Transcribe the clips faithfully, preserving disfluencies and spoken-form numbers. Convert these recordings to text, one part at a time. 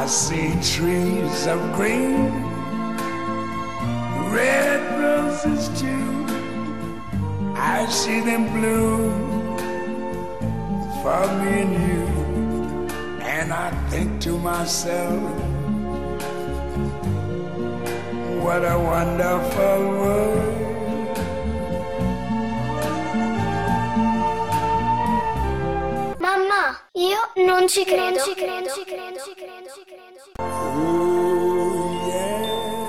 see trees of green, red roses too. I see them bloom for me and you. And I think to myself, what a wonderful world. Mamma, io non ci credo. Non ci credo. Ci credo. Ci credo. Ci credo. Ooh, yeah.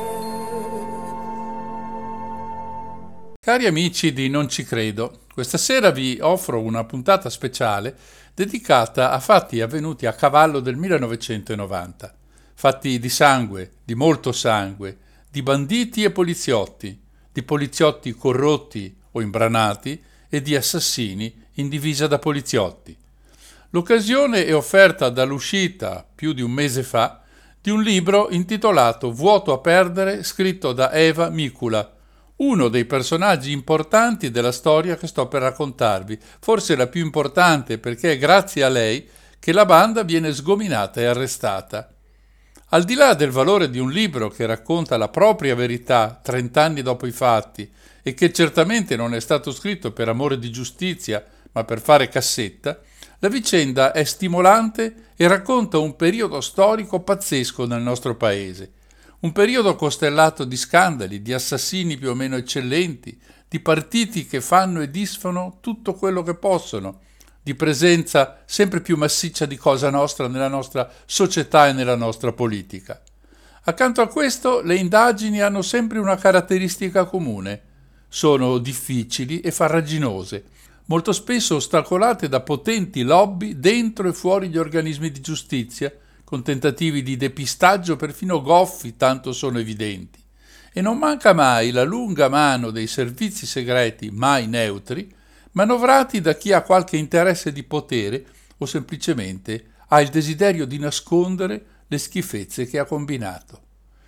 Cari amici di Non ci credo, questa sera vi offro una puntata speciale dedicata a fatti avvenuti a cavallo del millenovecentonovanta. Fatti di sangue, di molto sangue, di banditi e poliziotti, di poliziotti corrotti o imbranati e di assassini in divisa da poliziotti. L'occasione è offerta dall'uscita, più di un mese fa, di un libro intitolato Vuoto a perdere, scritto da Eva Mikula, uno dei personaggi importanti della storia che sto per raccontarvi, forse la più importante perché è grazie a lei che la banda viene sgominata e arrestata. Al di là del valore di un libro che racconta la propria verità trent'anni dopo i fatti e che certamente non è stato scritto per amore di giustizia ma per fare cassetta, la vicenda è stimolante e racconta un periodo storico pazzesco nel nostro paese. Un periodo costellato di scandali, di assassini più o meno eccellenti, di partiti che fanno e disfano tutto quello che possono, di presenza sempre più massiccia di Cosa Nostra nella nostra società e nella nostra politica. Accanto a questo, le indagini hanno sempre una caratteristica comune. Sono difficili e farraginose, molto spesso ostacolate da potenti lobby dentro e fuori gli organismi di giustizia, con tentativi di depistaggio perfino goffi, tanto sono evidenti. E non manca mai la lunga mano dei servizi segreti, mai neutri, manovrati da chi ha qualche interesse di potere o semplicemente ha il desiderio di nascondere le schifezze che ha combinato.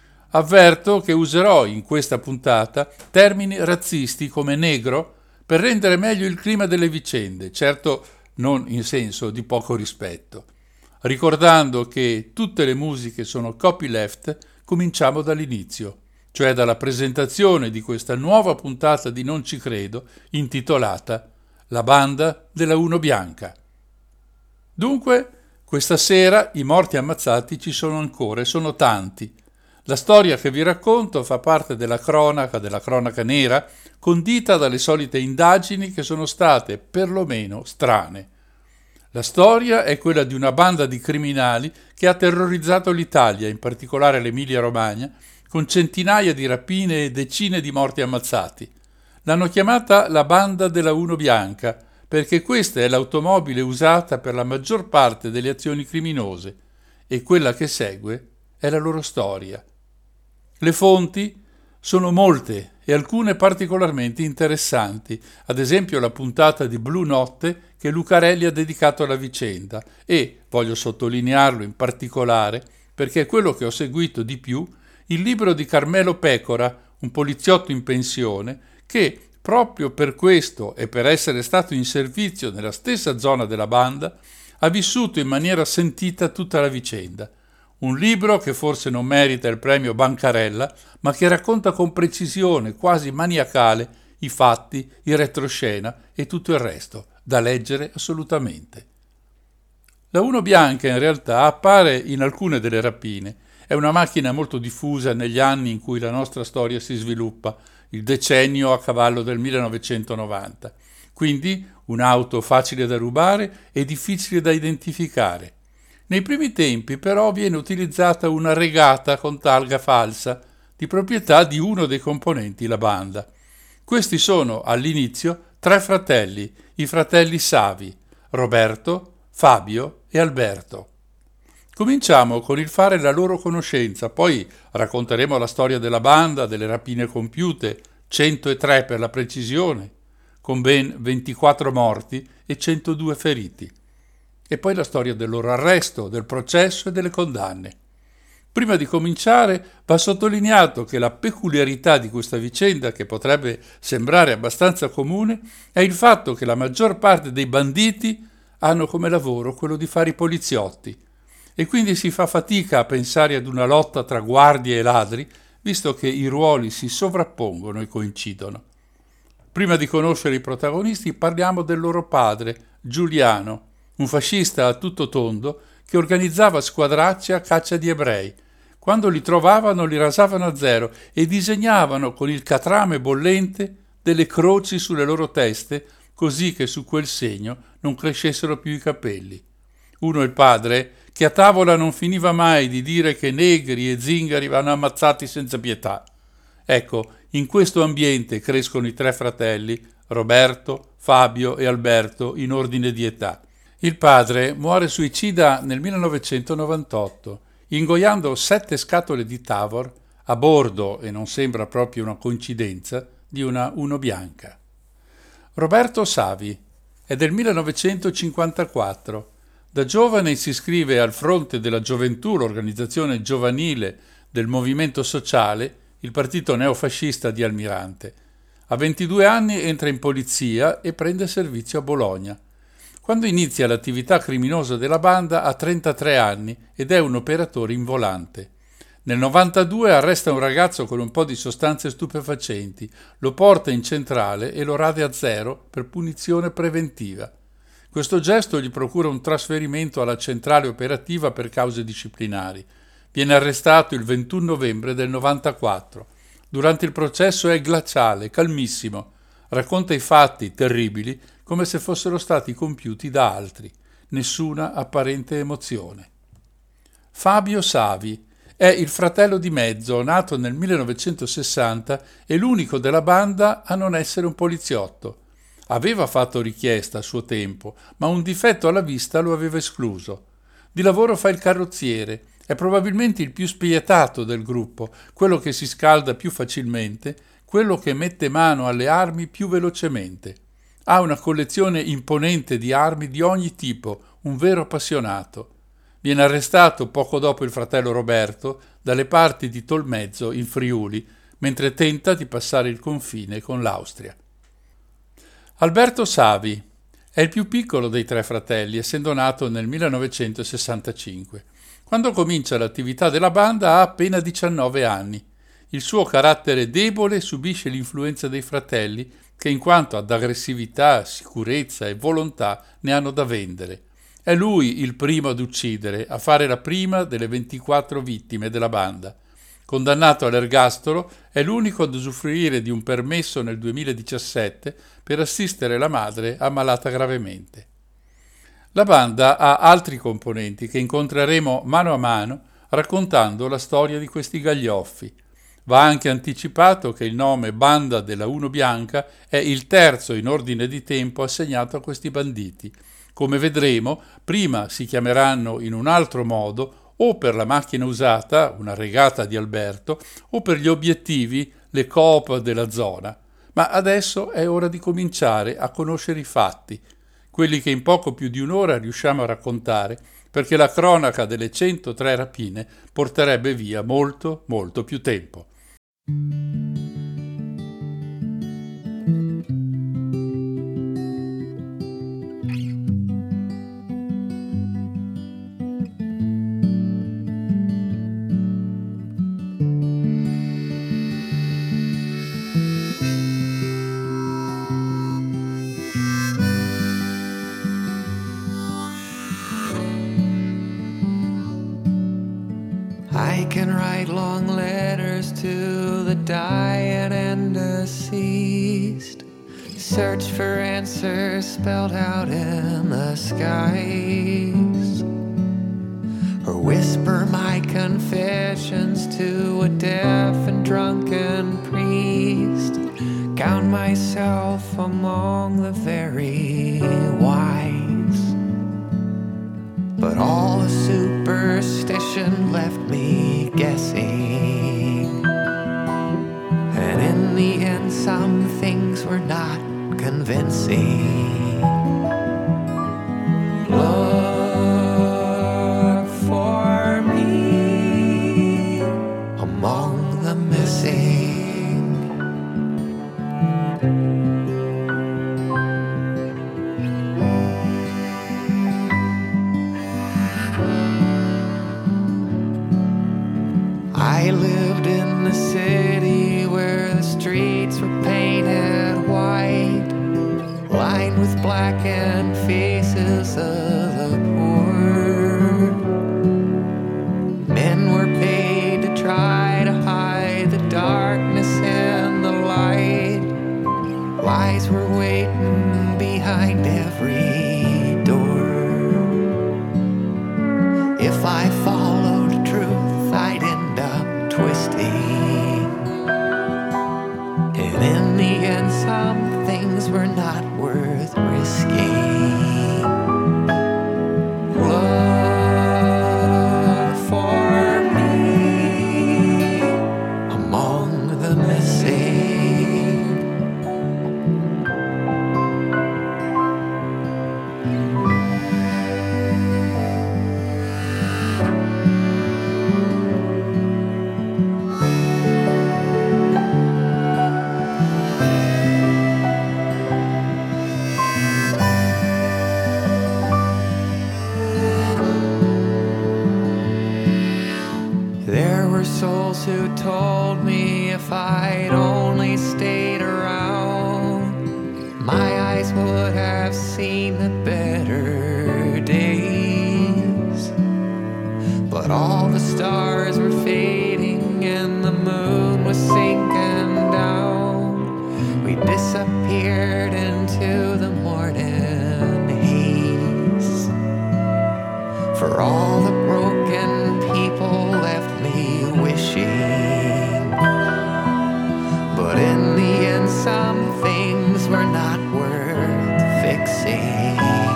Avverto che userò in questa puntata termini razzisti come negro per rendere meglio il clima delle vicende, certo non in senso di poco rispetto. Ricordando che tutte le musiche sono copyleft, cominciamo dall'inizio, cioè dalla presentazione di questa nuova puntata di Non ci credo, intitolata La banda della Uno Bianca. Dunque, questa sera i morti ammazzati ci sono ancora e sono tanti. La storia che vi racconto fa parte della cronaca, della cronaca nera, condita dalle solite indagini che sono state perlomeno strane. La storia è quella di una banda di criminali che ha terrorizzato l'Italia, in particolare l'Emilia-Romagna, con centinaia di rapine e decine di morti ammazzati. L'hanno chiamata la banda della Uno Bianca, perché questa è l'automobile usata per la maggior parte delle azioni criminose, e quella che segue è la loro storia. Le fonti sono molte e alcune particolarmente interessanti, ad esempio la puntata di Blu Notte che Lucarelli ha dedicato alla vicenda e, voglio sottolinearlo in particolare, perché è quello che ho seguito di più, il libro di Carmelo Pecora, un poliziotto in pensione, che, proprio per questo e per essere stato in servizio nella stessa zona della banda, ha vissuto in maniera sentita tutta la vicenda. Un libro che forse non merita il premio Bancarella, ma che racconta con precisione, quasi maniacale, i fatti, il retroscena e tutto il resto, da leggere assolutamente. La Uno Bianca in realtà appare in alcune delle rapine. È una macchina molto diffusa negli anni in cui la nostra storia si sviluppa, il decennio a cavallo del millenovecentonovanta. Quindi un'auto facile da rubare e difficile da identificare. Nei primi tempi però viene utilizzata una regata con targa falsa, di proprietà di uno dei componenti la banda. Questi sono all'inizio tre fratelli, i fratelli Savi, Roberto, Fabio e Alberto. Cominciamo con il fare la loro conoscenza, poi racconteremo la storia della banda, delle rapine compiute, centotré per la precisione, con ben ventiquattro morti e centodue feriti. E poi la storia del loro arresto, del processo e delle condanne. Prima di cominciare va sottolineato che la peculiarità di questa vicenda, che potrebbe sembrare abbastanza comune, è il fatto che la maggior parte dei banditi hanno come lavoro quello di fare i poliziotti. e quindi si fa fatica a pensare ad una lotta tra guardie e ladri, visto che i ruoli si sovrappongono e coincidono. Prima di conoscere i protagonisti parliamo del loro padre, Giuliano, un fascista a tutto tondo che organizzava squadracce a caccia di ebrei. Quando li trovavano li rasavano a zero e disegnavano con il catrame bollente delle croci sulle loro teste, così che su quel segno non crescessero più i capelli. Uno, il padre, che a tavola non finiva mai di dire che negri e zingari vanno ammazzati senza pietà. Ecco, in questo ambiente crescono i tre fratelli, Roberto, Fabio e Alberto, in ordine di età. Il padre muore suicida nel millenovecentonovantotto, ingoiando sette scatole di Tavor a bordo, e non sembra proprio una coincidenza, di una Uno bianca. Roberto Savi è del millenovecentocinquantaquattro. Da giovane si iscrive al Fronte della Gioventù, l'organizzazione giovanile del Movimento Sociale, il partito neofascista di Almirante. A ventidue anni entra in polizia e prende servizio a Bologna. Quando inizia l'attività criminosa della banda ha trentatré anni ed è un operatore in volante. Nel novantadue arresta un ragazzo con un po' di sostanze stupefacenti, lo porta in centrale e lo rade a zero per punizione preventiva. Questo gesto gli procura un trasferimento alla centrale operativa per cause disciplinari. Viene arrestato il ventuno novembre del novantaquattro. Durante il processo è glaciale, calmissimo. Racconta i fatti terribili come se fossero stati compiuti da altri. Nessuna apparente emozione. Fabio Savi è il fratello di mezzo, nato nel millenovecentosessanta e l'unico della banda a non essere un poliziotto. Aveva fatto richiesta a suo tempo, ma un difetto alla vista lo aveva escluso. Di lavoro fa il carrozziere, è probabilmente il più spietato del gruppo, quello che si scalda più facilmente, quello che mette mano alle armi più velocemente. Ha una collezione imponente di armi di ogni tipo, un vero appassionato. Viene arrestato poco dopo il fratello Roberto dalle parti di Tolmezzo in Friuli, mentre tenta di passare il confine con l'Austria. Alberto Savi è il più piccolo dei tre fratelli, essendo nato nel millenovecentosessantacinque. Quando comincia l'attività della banda ha appena diciannove anni. Il suo carattere debole subisce l'influenza dei fratelli, che in quanto ad aggressività, sicurezza e volontà ne hanno da vendere. È lui il primo ad uccidere, a fare la prima delle ventiquattro vittime della banda. Condannato all'ergastolo, è l'unico ad usufruire di un permesso nel duemiladiciassette per assistere la madre ammalata gravemente. La banda ha altri componenti che incontreremo mano a mano raccontando la storia di questi gaglioffi. Va anche anticipato che il nome Banda della Uno Bianca è il terzo in ordine di tempo assegnato a questi banditi. Come vedremo, prima si chiameranno in un altro modo o per la macchina usata, una regata di Alberto, o per gli obiettivi, le coop della zona. Ma adesso è ora di cominciare a conoscere i fatti, quelli che in poco più di un'ora riusciamo a raccontare, perché la cronaca delle centotré rapine porterebbe via molto, molto più tempo. I can write long letters to the dying and deceased, search for answers spelled out in the skies, or whisper my confessions to a deaf and drunken priest, count myself among the very wise. But all the superstition left me guessing, and in the end some things were not convincing. Look for me among the missing. lined with blackened faces of the poor. Men were paid to try to hide the darkness and the light. Lies were waiting behind every door. If I followed truth, I'd end up twisting. And in the end, some things were not worth risking. Look for me among the missing. Souls who told me if I'd only stayed around, my eyes would have seen the better days. But all the stars were fading and the moon was sinking down. We disappeared into the morning haze. For all the broken people left me wishing, but in the end some things were not worth fixing.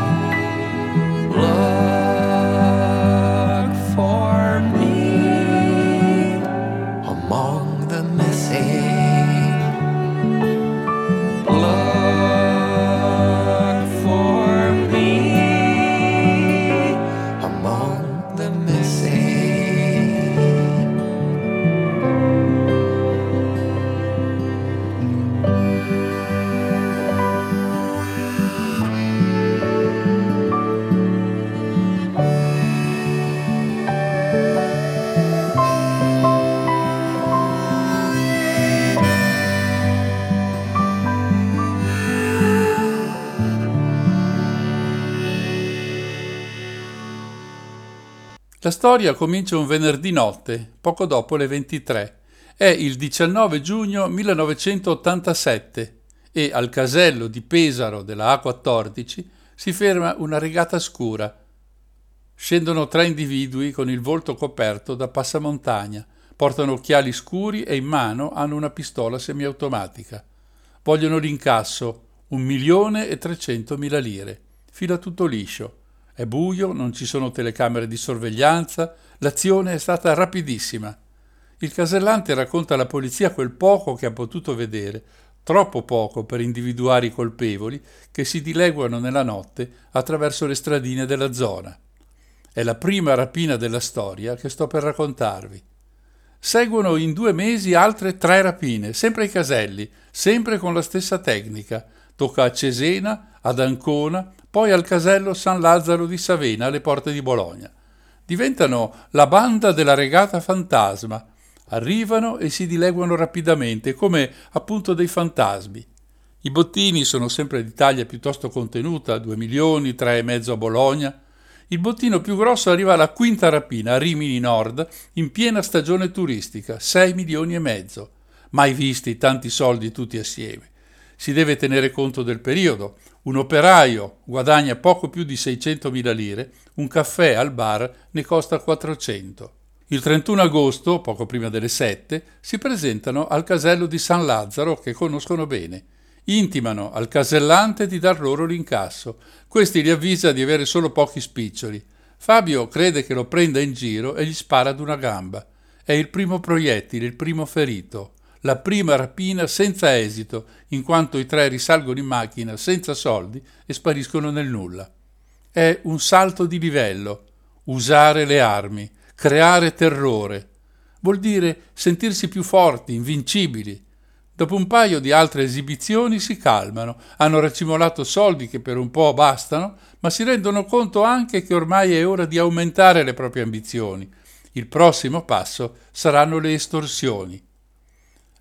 Look for me among the missing. Look for me among the missing. La storia comincia un venerdì notte, poco dopo le ventitré. È il diciannove giugno millenovecentottantasette e al casello di Pesaro della A quattordici si ferma una rigata scura. Scendono tre individui con il volto coperto da passamontagna, portano occhiali scuri e in mano hanno una pistola semiautomatica. Vogliono l'incasso, un milione e trecentomila lire. Fila tutto liscio. È buio, non ci sono telecamere di sorveglianza, l'azione è stata rapidissima. Il casellante racconta alla polizia quel poco che ha potuto vedere, troppo poco per individuare i colpevoli che si dileguano nella notte attraverso le stradine della zona. È la prima rapina della storia che sto per raccontarvi. Seguono in due mesi altre tre rapine, sempre ai caselli, sempre con la stessa tecnica. Tocca a Cesena, ad Ancona, poi al casello San Lazzaro di Savena, alle porte di Bologna. Diventano la banda della regata fantasma. Arrivano e si dileguano rapidamente, come appunto dei fantasmi. I bottini sono sempre di taglia piuttosto contenuta, due milioni, tre e mezzo a Bologna. Il bottino più grosso arriva alla quinta rapina, a Rimini Nord, in piena stagione turistica, sei milioni e mezzo. Mai visti tanti soldi tutti assieme. Si deve tenere conto del periodo. Un operaio guadagna poco più di seicentomila lire, un caffè al bar ne costa quattrocento. Il trentuno agosto, poco prima delle sette, si presentano al casello di San Lazzaro, che conoscono bene. Intimano al casellante di dar loro l'incasso. Questi li avvisa di avere solo pochi spiccioli. Fabio crede che lo prenda in giro e gli spara ad una gamba. È il primo proiettile, il primo ferito. La prima rapina senza esito, in quanto i tre risalgono in macchina senza soldi e spariscono nel nulla. È un salto di livello. Usare le armi, creare terrore. Vuol dire sentirsi più forti, invincibili. Dopo un paio di altre esibizioni si calmano, hanno racimolato soldi che per un po' bastano, ma si rendono conto anche che ormai è ora di aumentare le proprie ambizioni. Il prossimo passo saranno le estorsioni.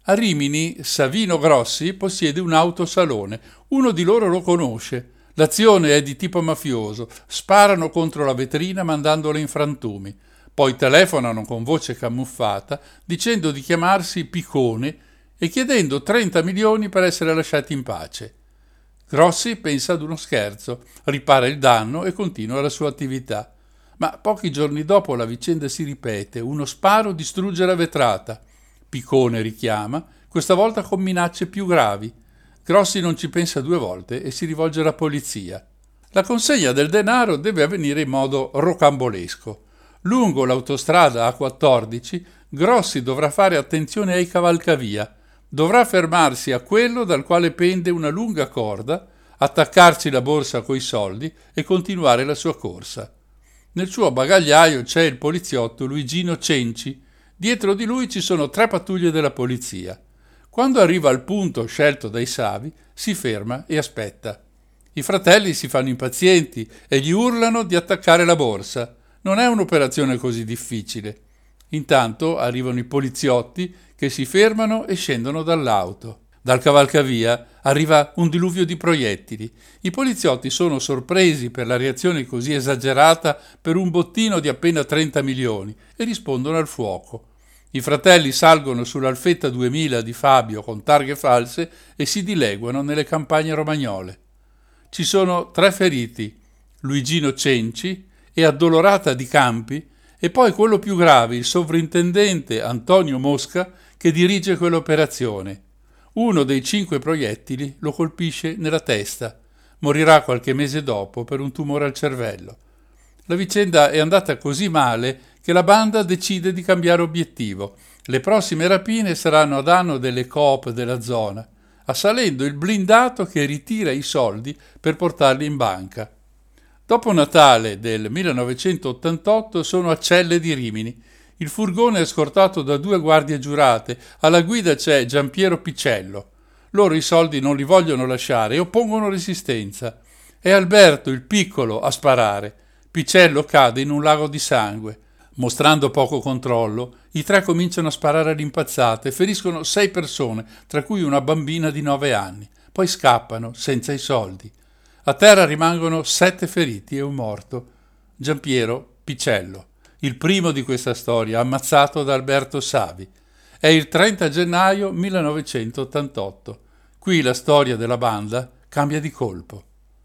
A Rimini, Savino Grossi possiede un autosalone. Uno di loro lo conosce. L'azione è di tipo mafioso. Sparano contro la vetrina mandandole in frantumi. Poi telefonano con voce camuffata dicendo di chiamarsi Piccone e chiedendo trenta milioni per essere lasciati in pace. Grossi pensa ad uno scherzo, ripara il danno e continua la sua attività. Ma pochi giorni dopo la vicenda si ripete. Uno sparo distrugge la vetrata. Piccone richiama, questa volta con minacce più gravi. Grossi non ci pensa due volte e si rivolge alla polizia. La consegna del denaro deve avvenire in modo rocambolesco. Lungo l'autostrada A quattordici, Grossi dovrà fare attenzione ai cavalcavia. Dovrà fermarsi a quello dal quale pende una lunga corda, attaccarci la borsa coi soldi e continuare la sua corsa. Nel suo bagagliaio c'è il poliziotto Luigino Cenci. Dietro di lui ci sono tre pattuglie della polizia. Quando arriva al punto scelto dai Savi, si ferma e aspetta. I fratelli si fanno impazienti e gli urlano di attaccare la borsa. Non è un'operazione così difficile. Intanto arrivano i poliziotti che si fermano e scendono dall'auto. Dal cavalcavia arriva un diluvio di proiettili. I poliziotti sono sorpresi per la reazione così esagerata per un bottino di appena trenta milioni e rispondono al fuoco. I fratelli salgono sull'Alfetta duemila di Fabio con targhe false e si dileguano nelle campagne romagnole. Ci sono tre feriti, Luigino Cenci e Addolorata di Campi, e poi quello più grave, il sovrintendente Antonio Mosca, che dirige quell'operazione. Uno dei cinque proiettili lo colpisce nella testa. Morirà qualche mese dopo per un tumore al cervello. La vicenda è andata così male che la banda decide di cambiare obiettivo. Le prossime rapine saranno a danno delle coop della zona, assalendo il blindato che ritira i soldi per portarli in banca. Dopo Natale del millenovecentottantotto sono a Celle di Rimini. Il furgone è scortato da due guardie giurate. Alla guida c'è Giampiero Picello. Loro i soldi non li vogliono lasciare e oppongono resistenza. È Alberto, il piccolo, a sparare. Picello cade in un lago di sangue. Mostrando poco controllo, i tre cominciano a sparare all'impazzata e feriscono sei persone, tra cui una bambina di nove anni. Poi scappano senza i soldi. A terra rimangono sette feriti e un morto. Giampiero Picello, il primo di questa storia, ammazzato da Alberto Savi. È il trenta gennaio millenovecentottantotto. Qui la storia della banda cambia di colpo.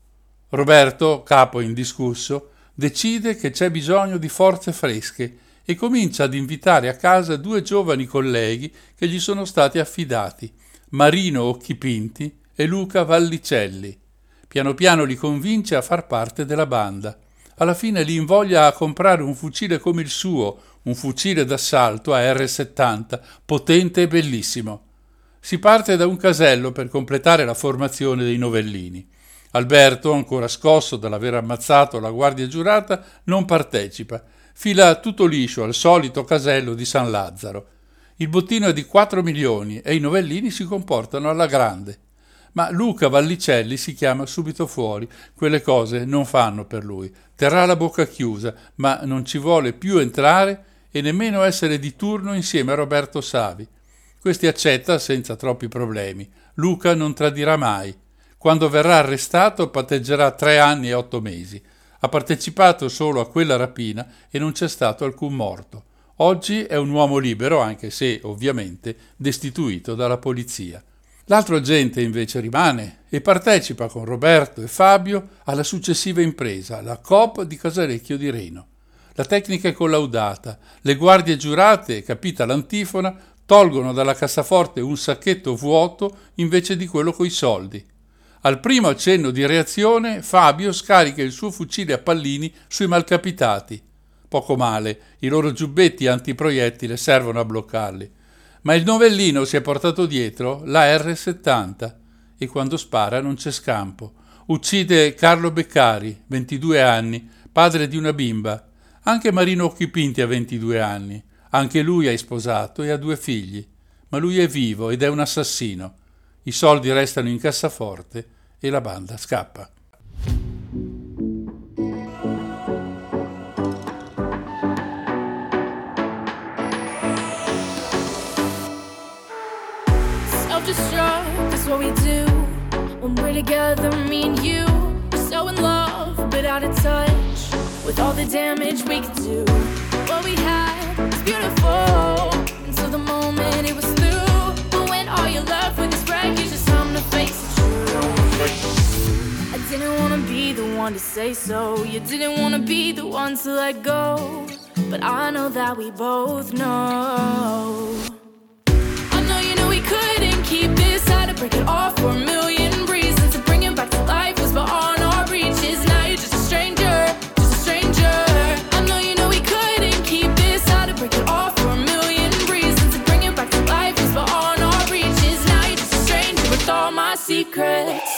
Roberto, capo indiscusso, decide che c'è bisogno di forze fresche e comincia ad invitare a casa due giovani colleghi che gli sono stati affidati, Marino Occhipinti e Luca Vallicelli. Piano piano li convince a far parte della banda. Alla fine li invoglia a comprare un fucile come il suo, un fucile d'assalto a erre settanta, potente e bellissimo. Si parte da un casello per completare la formazione dei novellini. Alberto, ancora scosso dall'aver ammazzato la guardia giurata, non partecipa. Fila tutto liscio al solito casello di San Lazzaro. Il bottino è di quattro milioni e i novellini si comportano alla grande. Ma Luca Vallicelli si chiama subito fuori. Quelle cose non fanno per lui. Terrà la bocca chiusa, ma non ci vuole più entrare e nemmeno essere di turno insieme a Roberto Savi. Questi accetta senza troppi problemi. Luca non tradirà mai. Quando verrà arrestato patteggerà tre anni e otto mesi. Ha partecipato solo a quella rapina e non c'è stato alcun morto. Oggi è un uomo libero, anche se, ovviamente, destituito dalla polizia. L'altro agente invece rimane e partecipa con Roberto e Fabio alla successiva impresa, la coop di Casalecchio di Reno. La tecnica è collaudata. Le guardie giurate, capita l'antifona, tolgono dalla cassaforte un sacchetto vuoto invece di quello coi soldi. Al primo accenno di reazione, Fabio scarica il suo fucile a pallini sui malcapitati. Poco male, i loro giubbetti antiproiettile servono a bloccarli. Ma il novellino si è portato dietro la erre settanta e quando spara non c'è scampo. Uccide Carlo Beccari, ventidue anni, padre di una bimba. Anche Marino Occhipinti ha ventidue anni. Anche lui è sposato e ha due figli. Ma lui è vivo ed è un assassino. I soldi restano in cassaforte e la banda scappa. what we do when we're together, me and you. We're so in love, but out of touch with all the damage we could do. What we had was beautiful until the moment it was through. But when all you're left with is wreckage, it's time to face the truth. I didn't wanna be the one to say so. You didn't wanna be the one to let go. But I know that we both know. I know you knew we couldn't keep this. Had to break it off for a million reasons. To bring it back to life was beyond our reaches. Now you're just a stranger, just a stranger. I know you knew we couldn't keep this. Had to break it off for a million reasons. To bring it back to life was beyond our reaches. Now you're just a stranger with all my secrets.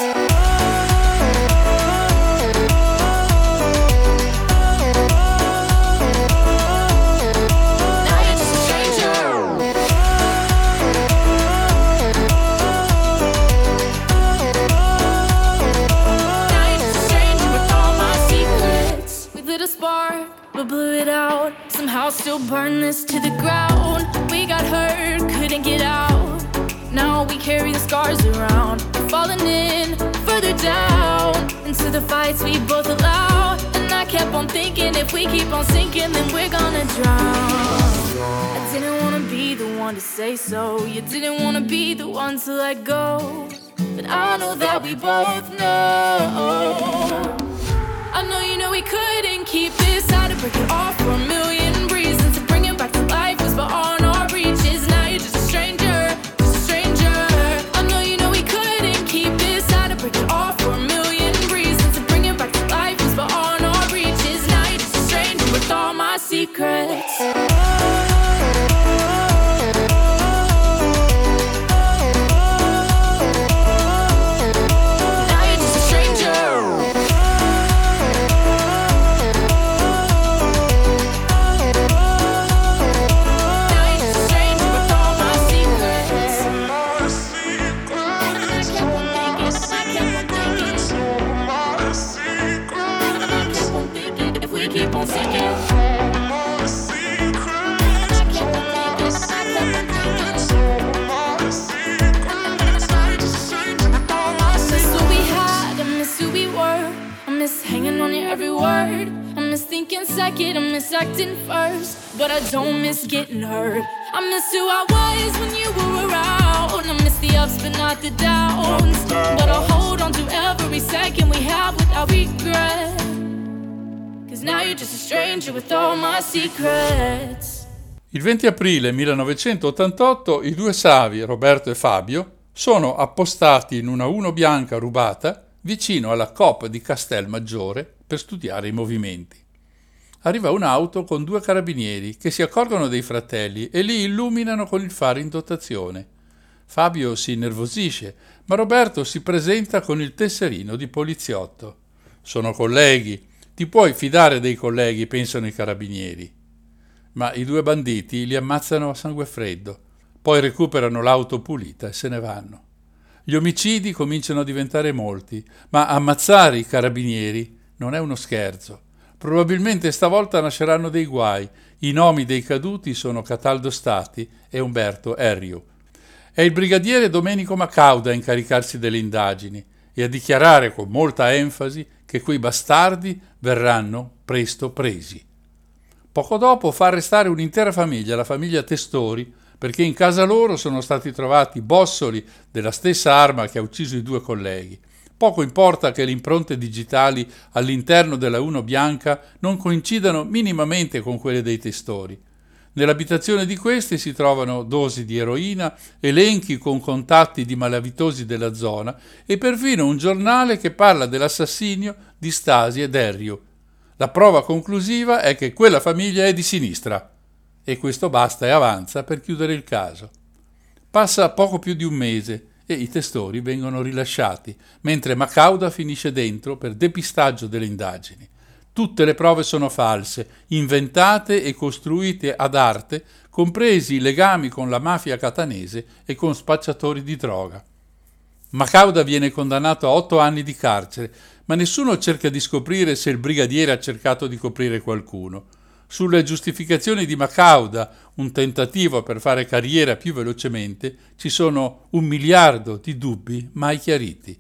But blew it out, somehow still burn this to the ground. We got hurt, couldn't get out. Now we carry the scars around. We're falling in, further down into the fights we both allow. And I kept on thinking, if we keep on sinking, then we're gonna drown. I didn't wanna be the one to say so. You didn't wanna be the one to let go. But I know that we both know. I know you know we couldn't keep this. Had to break it off for a million reasons. To bring it back to life was beyond our reaches. Now you're just a stranger, just a stranger. I know you know we couldn't keep this. Had to break it off for a million reasons. To bring it back to life was beyond our reaches. Now you're just a stranger with all my secrets. Every word, I miss thinking second, I miss acting first, but I don't miss getting hurt. I miss who I was when you were around. I miss the ups but not the downs, but I'll hold on to every second we have without regret. Cause now you're just a stranger with all my secrets. Il venti aprile millenovecentottantotto i due savi, Roberto e Fabio, sono appostati in una Uno bianca rubata vicino alla Coop di Castelmaggiore per studiare i movimenti. Arriva un'auto con due carabinieri che si accorgono dei fratelli e li illuminano con il faro in dotazione. Fabio si innervosisce, ma Roberto si presenta con il tesserino di poliziotto. Sono colleghi, ti puoi fidare dei colleghi, pensano i carabinieri. Ma i due banditi li ammazzano a sangue freddo, poi recuperano l'auto pulita e se ne vanno. Gli omicidi cominciano a diventare molti, ma ammazzare i carabinieri non è uno scherzo. Probabilmente stavolta nasceranno dei guai. I nomi dei caduti sono Cataldo Stati e Umberto Erriu. È il brigadiere Domenico Macauda a incaricarsi delle indagini e a dichiarare con molta enfasi che quei bastardi verranno presto presi. Poco dopo fa arrestare un'intera famiglia, la famiglia Testori, perché in casa loro sono stati trovati bossoli della stessa arma che ha ucciso i due colleghi. Poco importa che le impronte digitali all'interno della Uno bianca non coincidano minimamente con quelle dei Testori. Nell'abitazione di questi si trovano dosi di eroina, elenchi con contatti di malavitosi della zona e perfino un giornale che parla dell'assassinio di Stasi ed Erriu. La prova conclusiva è che quella famiglia è di sinistra e questo basta e avanza per chiudere il caso. Passa poco più di un mese e i Testori vengono rilasciati, mentre Macauda finisce dentro per depistaggio delle indagini. Tutte le prove sono false, inventate e costruite ad arte, compresi i legami con la mafia catanese e con spacciatori di droga. Macauda viene condannato a otto anni di carcere, ma nessuno cerca di scoprire se il brigadiere ha cercato di coprire qualcuno. Sulle giustificazioni di Macauda, un tentativo per fare carriera più velocemente, ci sono un miliardo di dubbi mai chiariti.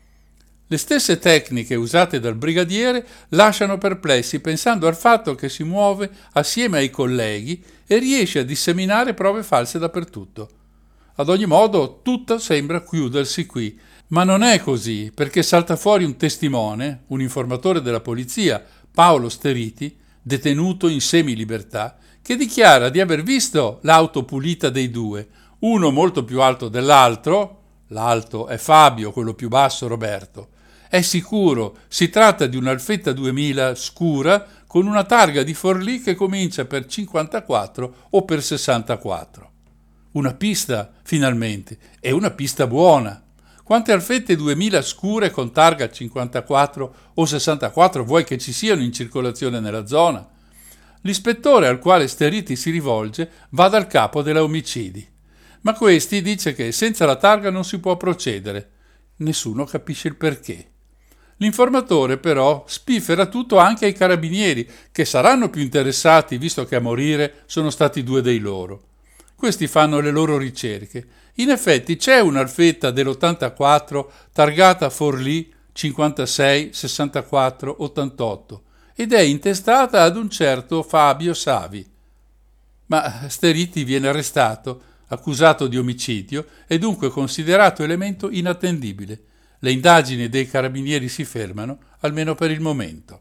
Le stesse tecniche usate dal brigadiere lasciano perplessi pensando al fatto che si muove assieme ai colleghi e riesce a disseminare prove false dappertutto. Ad ogni modo, tutto sembra chiudersi qui, ma non è così, perché salta fuori un testimone, un informatore della polizia, Paolo Steriti, detenuto in semilibertà, che dichiara di aver visto l'auto pulita dei due, uno molto più alto dell'altro, l'alto è Fabio, quello più basso Roberto. È sicuro, si tratta di un'Alfetta duemila scura con una targa di Forlì che comincia per cinquantaquattro o per sessantaquattro. Una pista, finalmente, e una pista buona. Quante Alfette duemila scure con targa cinquantaquattro o sessantaquattro vuoi che ci siano in circolazione nella zona? L'ispettore al quale Steriti si rivolge va dal capo della omicidi, ma questi dice che senza la targa non si può procedere. Nessuno capisce il perché. L'informatore però spiffera tutto anche ai carabinieri, che saranno più interessati visto che a morire sono stati due dei loro. Questi fanno le loro ricerche. In effetti c'è un'Alfetta dell'ottantaquattro targata Forlì cinquantasei sessantaquattro ottantotto ed è intestata ad un certo Fabio Savi. Ma Steriti viene arrestato, accusato di omicidio e dunque considerato elemento inattendibile. Le indagini dei carabinieri si fermano, almeno per il momento.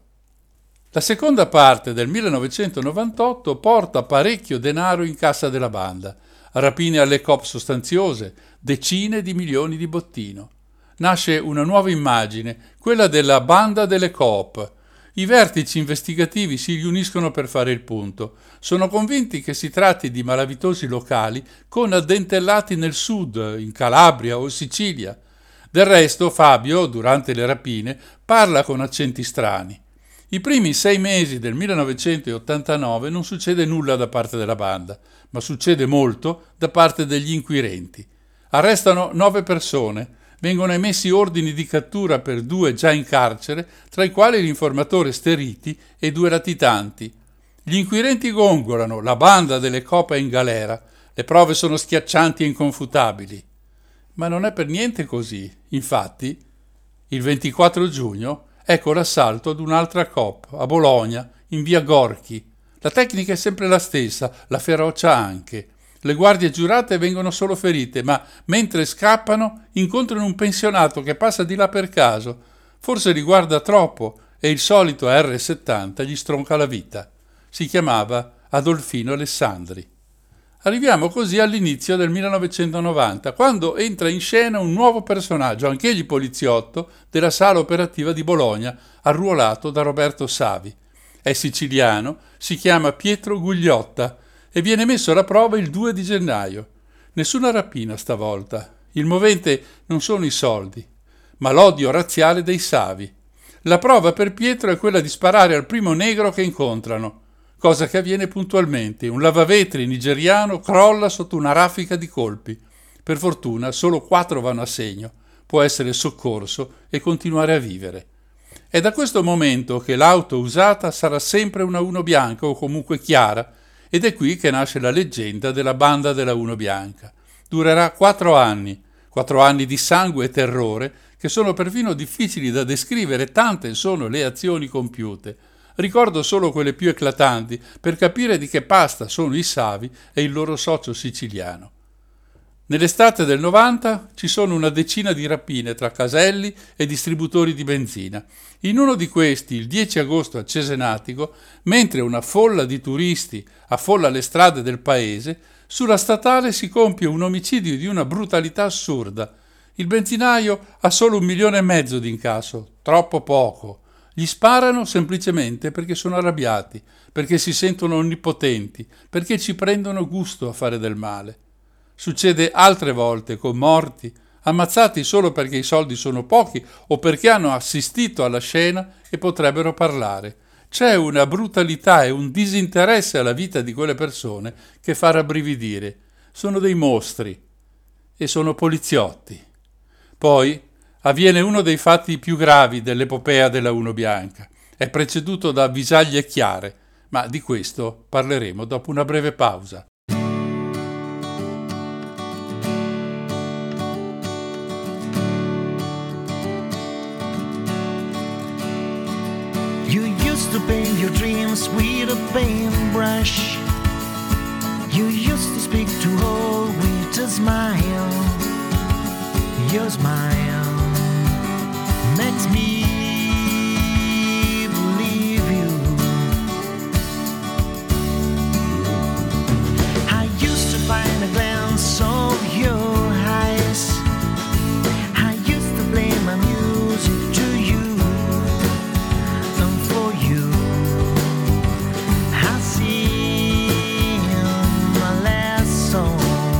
La seconda parte del millenovecentonovantotto porta parecchio denaro in cassa della banda, rapine alle coop sostanziose, decine di milioni di bottino. Nasce una nuova immagine, quella della banda delle coop. I vertici investigativi si riuniscono per fare il punto. Sono convinti che si tratti di malavitosi locali con addentellati nel sud, in Calabria o Sicilia. Del resto Fabio, durante le rapine, parla con accenti strani. I primi sei mesi del millenovecentottantanove non succede nulla da parte della banda, ma succede molto da parte degli inquirenti. Arrestano nove persone, vengono emessi ordini di cattura per due già in carcere, tra i quali l'informatore Steriti e due latitanti. Gli inquirenti gongolano, la banda delle coop è in galera, le prove sono schiaccianti e inconfutabili. Ma non è per niente così. Infatti, il ventiquattro giugno, ecco l'assalto ad un'altra coop, a Bologna, in via Gorchi. La tecnica è sempre la stessa, la ferocia anche. Le guardie giurate vengono solo ferite, ma mentre scappano incontrano un pensionato che passa di là per caso. Forse li guarda troppo e il solito erre settanta gli stronca la vita. Si chiamava Adolfino Alessandri. Arriviamo così all'inizio del millenovecentonovanta, quando entra in scena un nuovo personaggio, anch'egli poliziotto, della sala operativa di Bologna, arruolato da Roberto Savi. È siciliano, si chiama Pietro Gugliotta e viene messo alla prova il due di gennaio. Nessuna rapina stavolta. Il movente non sono i soldi, ma l'odio razziale dei Savi. La prova per Pietro è quella di sparare al primo negro che incontrano, cosa che avviene puntualmente. Un lavavetri nigeriano crolla sotto una raffica di colpi. Per fortuna solo quattro vanno a segno. Può essere soccorso e continuare a vivere. È da questo momento che l'auto usata sarà sempre una Uno bianca o comunque chiara, ed è qui che nasce la leggenda della banda della Uno bianca. Durerà quattro anni, quattro anni di sangue e terrore che sono perfino difficili da descrivere, tante sono le azioni compiute. Ricordo solo quelle più eclatanti per capire di che pasta sono i Savi e il loro socio siciliano. Nell'estate del novanta ci sono una decina di rapine tra caselli e distributori di benzina. In uno di questi, il dieci agosto a Cesenatico, mentre una folla di turisti affolla le strade del paese, sulla statale si compie un omicidio di una brutalità assurda. Il benzinaio ha solo un milione e mezzo di incasso, troppo poco. Gli sparano semplicemente perché sono arrabbiati, perché si sentono onnipotenti, perché ci prendono gusto a fare del male. Succede altre volte con morti, ammazzati solo perché i soldi sono pochi o perché hanno assistito alla scena e potrebbero parlare. C'è una brutalità e un disinteresse alla vita di quelle persone che fa rabbrividire. Sono dei mostri e sono poliziotti. Poi avviene uno dei fatti più gravi dell'epopea della Uno bianca. È preceduto da avvisaglie chiare, ma di questo parleremo dopo una breve pausa. You used to paint your dreams with a paintbrush. You used to speak to all with a smile. Your smile makes me believe you. I used to find a glance of your eyes. I used to play my music to you. And for you I sing my last song.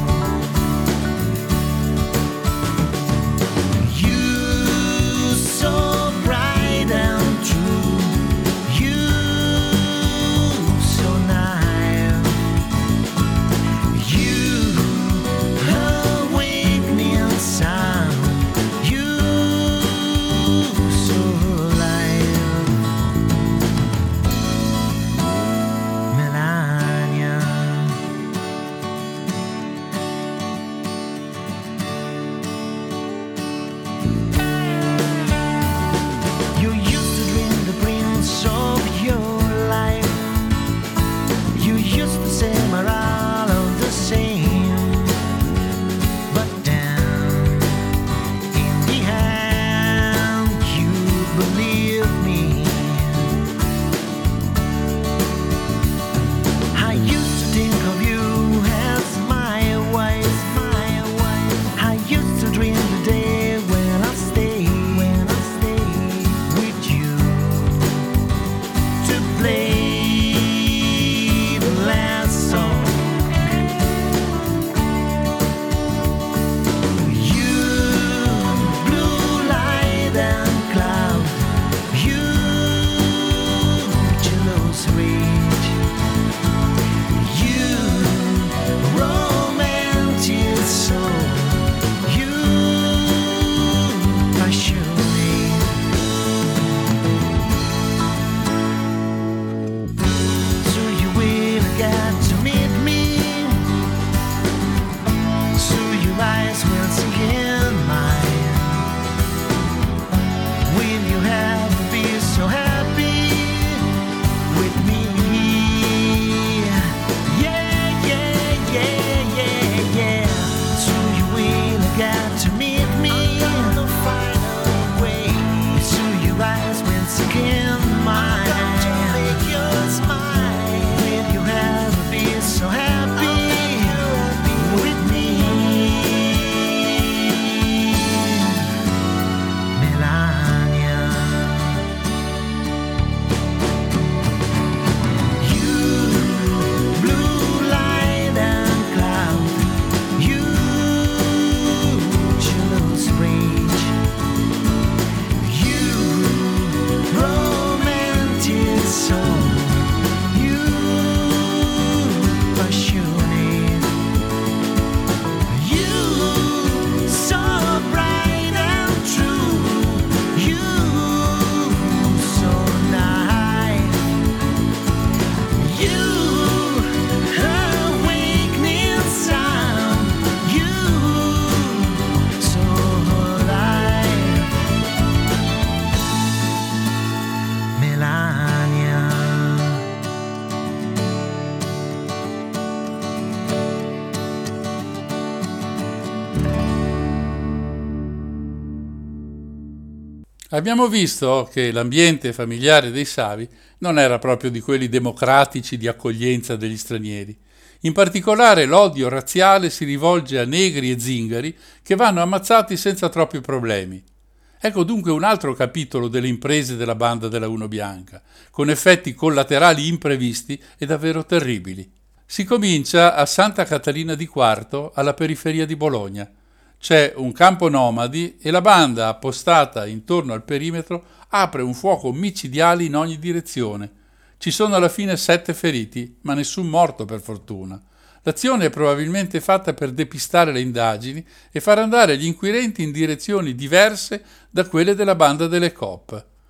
Abbiamo visto che l'ambiente familiare dei Savi non era proprio di quelli democratici di accoglienza degli stranieri. In particolare l'odio razziale si rivolge a negri e zingari che vanno ammazzati senza troppi problemi. Ecco dunque un altro capitolo delle imprese della banda della Uno Bianca, con effetti collaterali imprevisti e davvero terribili. Si comincia a Santa Catalina di Quarto, alla periferia di Bologna. C'è un campo nomadi e la banda, appostata intorno al perimetro, apre un fuoco micidiale in ogni direzione. Ci sono alla fine sette feriti, ma nessun morto per fortuna. L'azione è probabilmente fatta per depistare le indagini e far andare gli inquirenti in direzioni diverse da quelle della banda delle Coop.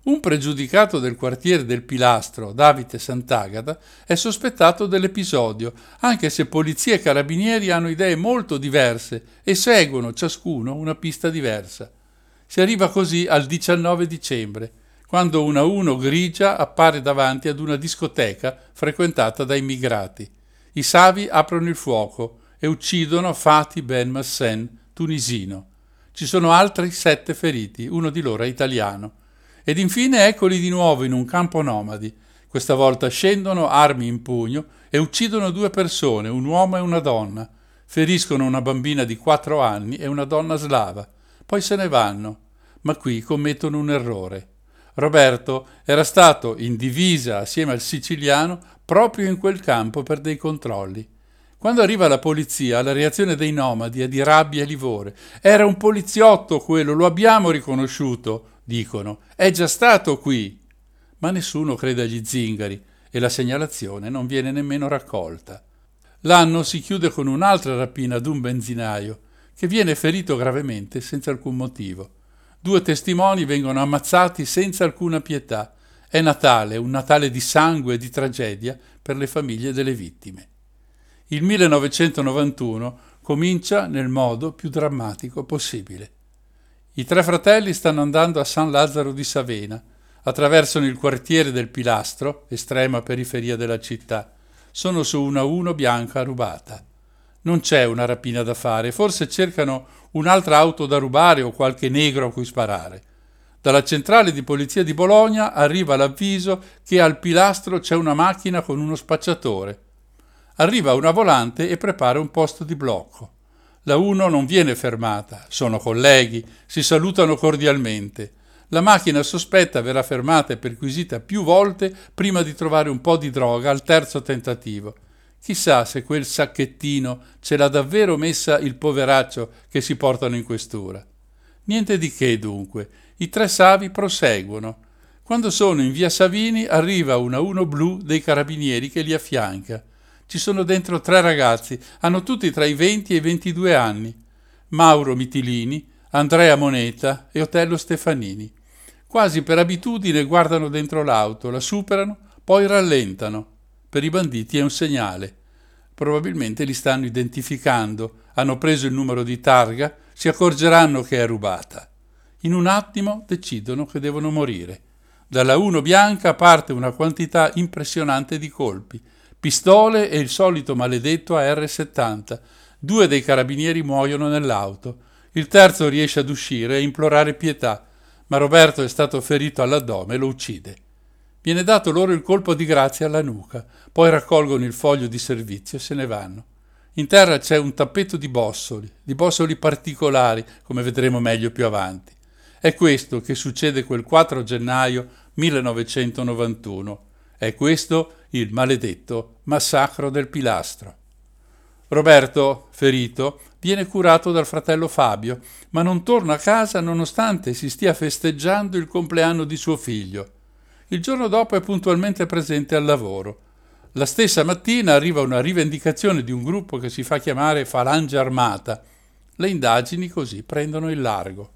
Un pregiudicato del quartiere del Pilastro, Davide Sant'Agata, è sospettato dell'episodio, anche se polizia e carabinieri hanno idee molto diverse e seguono ciascuno una pista diversa. Si arriva così al diciannove dicembre, quando una uno grigia appare davanti ad una discoteca frequentata da immigrati. I Savi aprono il fuoco e uccidono Fatih Ben Massen, tunisino. Ci sono altri sette feriti, uno di loro è italiano. Ed infine eccoli di nuovo in un campo nomadi. Questa volta scendono armi in pugno e uccidono due persone, un uomo e una donna. Feriscono una bambina di quattro anni e una donna slava. Poi se ne vanno, ma qui commettono un errore. Roberto era stato in divisa assieme al siciliano proprio in quel campo per dei controlli. Quando arriva la polizia, la reazione dei nomadi è di rabbia e livore. Era un poliziotto quello, lo abbiamo riconosciuto, dicono. È già stato qui. Ma nessuno crede agli zingari e la segnalazione non viene nemmeno raccolta. L'anno si chiude con un'altra rapina ad un benzinaio, che viene ferito gravemente senza alcun motivo. Due testimoni vengono ammazzati senza alcuna pietà. È Natale, un Natale di sangue e di tragedia per le famiglie delle vittime. Il millenovecentonovantuno comincia nel modo più drammatico possibile. I tre fratelli stanno andando a San Lazzaro di Savena, attraversano il quartiere del Pilastro, estrema periferia della città. Sono su una uno bianca rubata. Non c'è una rapina da fare, forse cercano un'altra auto da rubare o qualche negro a cui sparare. Dalla centrale di polizia di Bologna arriva l'avviso che al Pilastro c'è una macchina con uno spacciatore. Arriva una volante e prepara un posto di blocco. La uno non viene fermata, sono colleghi, si salutano cordialmente. La macchina sospetta verrà fermata e perquisita più volte prima di trovare un po' di droga al terzo tentativo. Chissà se quel sacchettino ce l'ha davvero messa il poveraccio che si portano in questura. Niente di che dunque, i tre Savi proseguono. Quando sono in via Savini arriva una uno blu dei carabinieri che li affianca. Ci sono dentro tre ragazzi, hanno tutti tra i venti e i ventidue anni. Mauro Mitilini, Andrea Moneta e Otello Stefanini. Quasi per abitudine guardano dentro l'auto, la superano, poi rallentano. Per i banditi è un segnale. Probabilmente li stanno identificando, hanno preso il numero di targa, si accorgeranno che è rubata. In un attimo decidono che devono morire. Dalla uno bianca parte una quantità impressionante di colpi. Pistole e il solito maledetto A R settanta. Due dei carabinieri muoiono nell'auto. Il terzo riesce ad uscire e implorare pietà, ma Roberto è stato ferito all'addome e lo uccide. Viene dato loro il colpo di grazia alla nuca, poi raccolgono il foglio di servizio e se ne vanno. In terra c'è un tappeto di bossoli, di bossoli particolari, come vedremo meglio più avanti. È questo che succede quel quattro gennaio millenovecentonovantuno. È questo il maledetto massacro del Pilastro. Roberto, ferito, viene curato dal fratello Fabio, ma non torna a casa nonostante si stia festeggiando il compleanno di suo figlio. Il giorno dopo è puntualmente presente al lavoro. La stessa mattina arriva una rivendicazione di un gruppo che si fa chiamare Falange Armata. Le indagini così prendono il largo.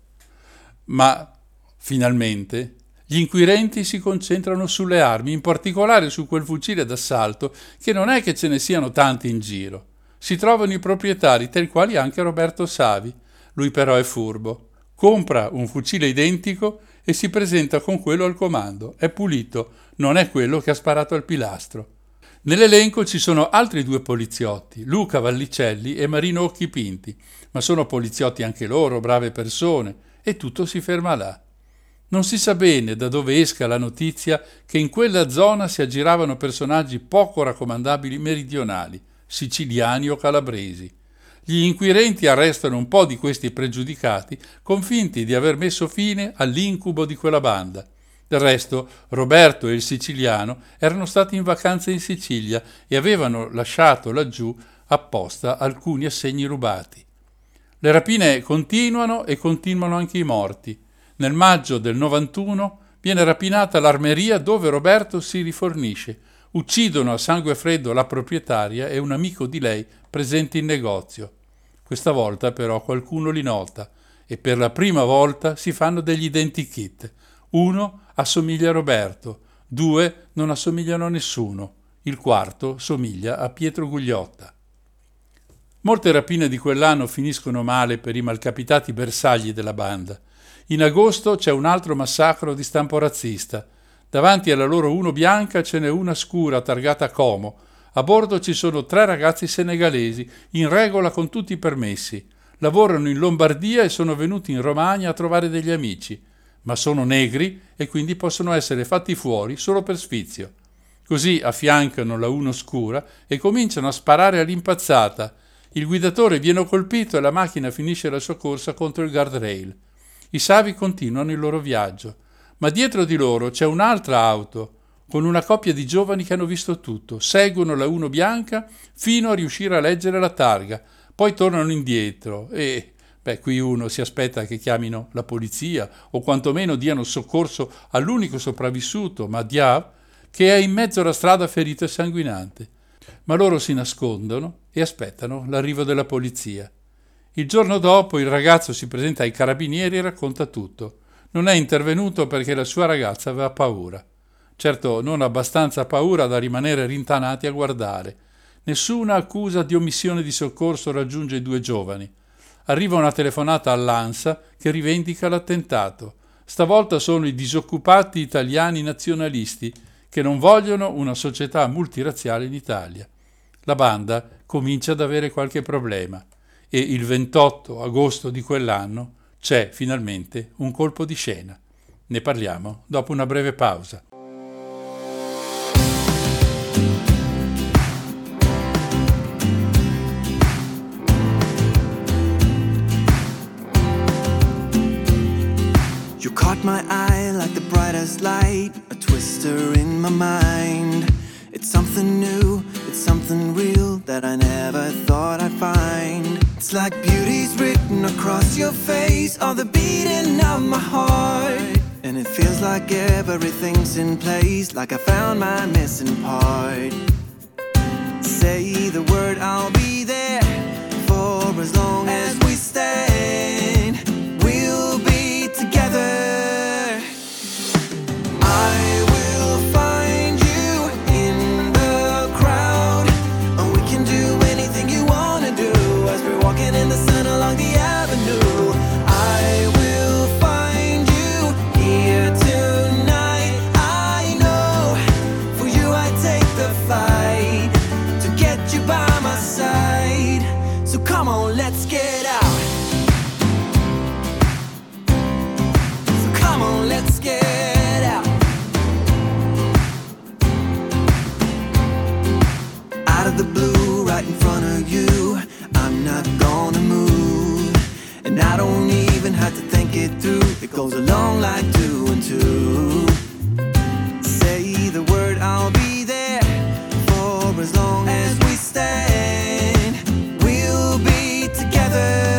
Ma, finalmente, gli inquirenti si concentrano sulle armi, in particolare su quel fucile d'assalto, che non è che ce ne siano tanti in giro. Si trovano i proprietari, tra i quali anche Roberto Savi. Lui però è furbo. Compra un fucile identico e si presenta con quello al comando. È pulito, non è quello che ha sparato al Pilastro. Nell'elenco ci sono altri due poliziotti, Luca Vallicelli e Marino Occhipinti, ma sono poliziotti anche loro, brave persone, e tutto si ferma là. Non si sa bene da dove esca la notizia che in quella zona si aggiravano personaggi poco raccomandabili meridionali, siciliani o calabresi. Gli inquirenti arrestano un po' di questi pregiudicati, convinti di aver messo fine all'incubo di quella banda. Del resto, Roberto e il siciliano erano stati in vacanza in Sicilia e avevano lasciato laggiù apposta alcuni assegni rubati. Le rapine continuano e continuano anche i morti. Nel maggio del novantuno viene rapinata l'armeria dove Roberto si rifornisce. Uccidono a sangue freddo la proprietaria e un amico di lei presente in negozio. Questa volta però qualcuno li nota e per la prima volta si fanno degli identikit. Uno assomiglia a Roberto, due non assomigliano a nessuno, il quarto somiglia a Pietro Gugliotta. Molte rapine di quell'anno finiscono male per i malcapitati bersagli della banda. In agosto c'è un altro massacro di stampo razzista. Davanti alla loro uno bianca ce n'è una scura targata Como. A bordo ci sono tre ragazzi senegalesi, in regola con tutti i permessi. Lavorano in Lombardia e sono venuti in Romagna a trovare degli amici, ma sono negri e quindi possono essere fatti fuori solo per sfizio. Così affiancano la uno scura e cominciano a sparare all'impazzata. Il guidatore viene colpito e la macchina finisce la sua corsa contro il guardrail. I savi continuano il loro viaggio, ma dietro di loro c'è un'altra auto con una coppia di giovani che hanno visto tutto. Seguono la uno bianca fino a riuscire a leggere la targa, poi tornano indietro e, beh, qui uno si aspetta che chiamino la polizia o quantomeno diano soccorso all'unico sopravvissuto, Madiav, che è in mezzo alla strada ferito e sanguinante. Ma loro si nascondono e aspettano l'arrivo della polizia. Il giorno dopo il ragazzo si presenta ai carabinieri e racconta tutto. Non è intervenuto perché la sua ragazza aveva paura. Certo, non abbastanza paura da rimanere rintanati a guardare. Nessuna accusa di omissione di soccorso raggiunge i due giovani. Arriva una telefonata all'ANSA che rivendica l'attentato. Stavolta sono i disoccupati italiani nazionalisti che non vogliono una società multirazziale in Italia. La banda comincia ad avere qualche problema e il ventotto agosto di quell'anno c'è finalmente un colpo di scena. Ne parliamo dopo una breve pausa. You caught my eye like the brightest light, a twister in my mind. It's something new, it's something real that I never thought I'd find. It's like beauty's written across your face, or the beating of my heart. And it feels like everything's in place, like I found my missing part. Say the word, I'll be there for as long as we stand. We'll be together. I will find you in the crowd, and we can do anything you wanna do as we're walking in the sun along the avenue. I will find you here tonight. I know for you I'd take the fight to get you by my side. So come on, let's get out. So come on, let's get out. Out of the blue, right in front of you, I'm not gonna move. And I don't even have to think it through. It goes along like two and two. Say the word, I'll be there for as long as we stand. We'll be together.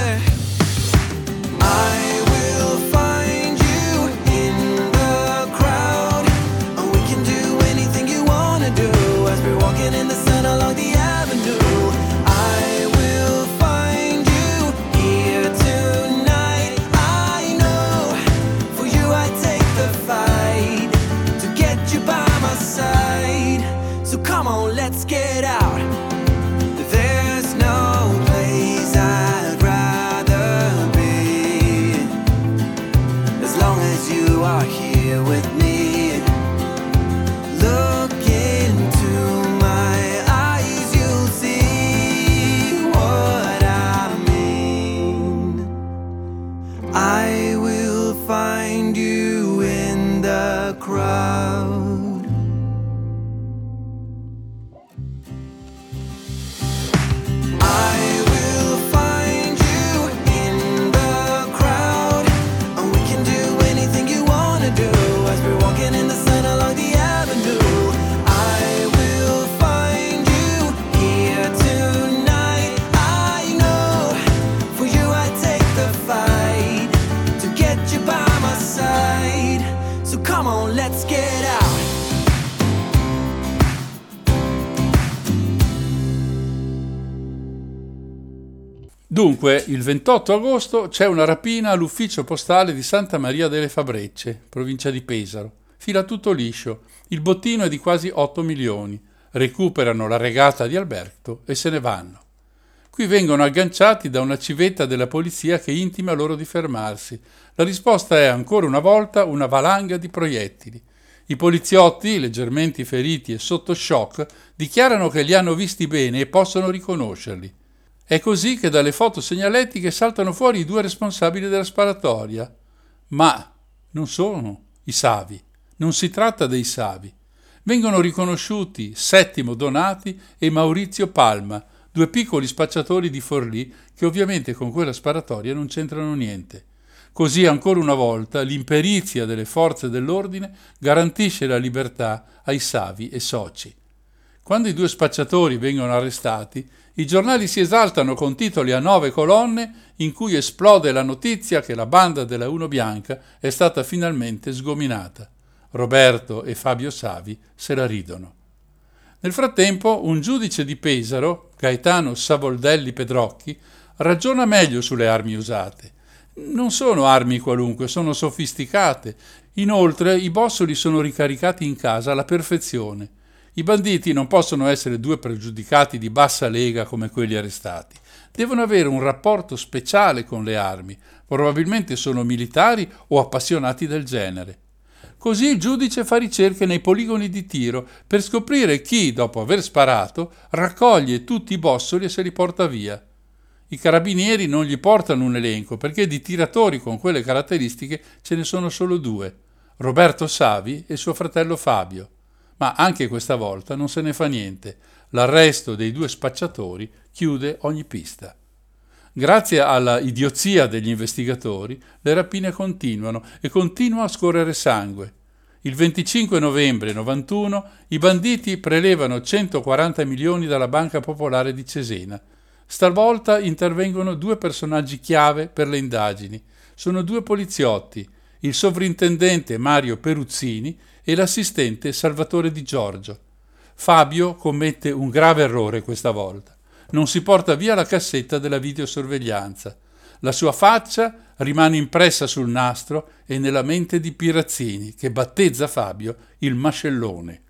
I will find you in the crowd, and we can do anything you wanna do as we're walking in the sun along the avenue. I will find you here tonight. I know for you I'd take the fight to get you by my side. So come on, let's get out. There's no place I'd rather be, as long as you are here with me. Look into my eyes, you'll see what I mean. I will find you in the crowd. I will find you in the crowd, and we can do anything you wanna do as we're walking in the sun along the avenue. I will find you here tonight. I know for you I'd take the fight to get you by my side. So come on, let's get out. Dunque, il ventotto agosto c'è una rapina all'ufficio postale di Santa Maria delle Fabrecce, provincia di Pesaro. Fila tutto liscio, il bottino è di quasi otto milioni. Recuperano la regata di Alberto e se ne vanno. Qui vengono agganciati da una civetta della polizia che intima loro di fermarsi. La risposta è ancora una volta una valanga di proiettili. I poliziotti, leggermente feriti e sotto shock, dichiarano che li hanno visti bene e possono riconoscerli. È così che dalle foto segnaletiche saltano fuori i due responsabili della sparatoria. Ma non sono i Savi, non si tratta dei Savi. Vengono riconosciuti Settimo Donati e Maurizio Palma, due piccoli spacciatori di Forlì che ovviamente con quella sparatoria non c'entrano niente. Così ancora una volta l'imperizia delle forze dell'ordine garantisce la libertà ai Savi e soci. Quando i due spacciatori vengono arrestati, i giornali si esaltano con titoli a nove colonne in cui esplode la notizia che la banda della Uno Bianca è stata finalmente sgominata. Roberto e Fabio Savi se la ridono. Nel frattempo, un giudice di Pesaro, Gaetano Savoldelli Pedrocchi, ragiona meglio sulle armi usate. Non sono armi qualunque, sono sofisticate. Inoltre, i bossoli sono ricaricati in casa alla perfezione. I banditi non possono essere due pregiudicati di bassa lega come quelli arrestati. Devono avere un rapporto speciale con le armi. Probabilmente sono militari o appassionati del genere. Così il giudice fa ricerche nei poligoni di tiro per scoprire chi, dopo aver sparato, raccoglie tutti i bossoli e se li porta via. I carabinieri non gli portano un elenco perché di tiratori con quelle caratteristiche ce ne sono solo due, Roberto Savi e suo fratello Fabio. Ma anche questa volta non se ne fa niente. L'arresto dei due spacciatori chiude ogni pista. Grazie alla idiozia degli investigatori, le rapine continuano e continua a scorrere sangue. Il venticinque novembre novantuno i banditi prelevano centoquaranta milioni dalla Banca Popolare di Cesena. Stavolta intervengono due personaggi chiave per le indagini. Sono due poliziotti, il sovrintendente Mario Peruzzini e l'assistente Salvatore Di Giorgio. Fabio commette un grave errore questa volta. Non si porta via la cassetta della videosorveglianza. La sua faccia rimane impressa sul nastro e nella mente di Pirazzini, che battezza Fabio il mascellone.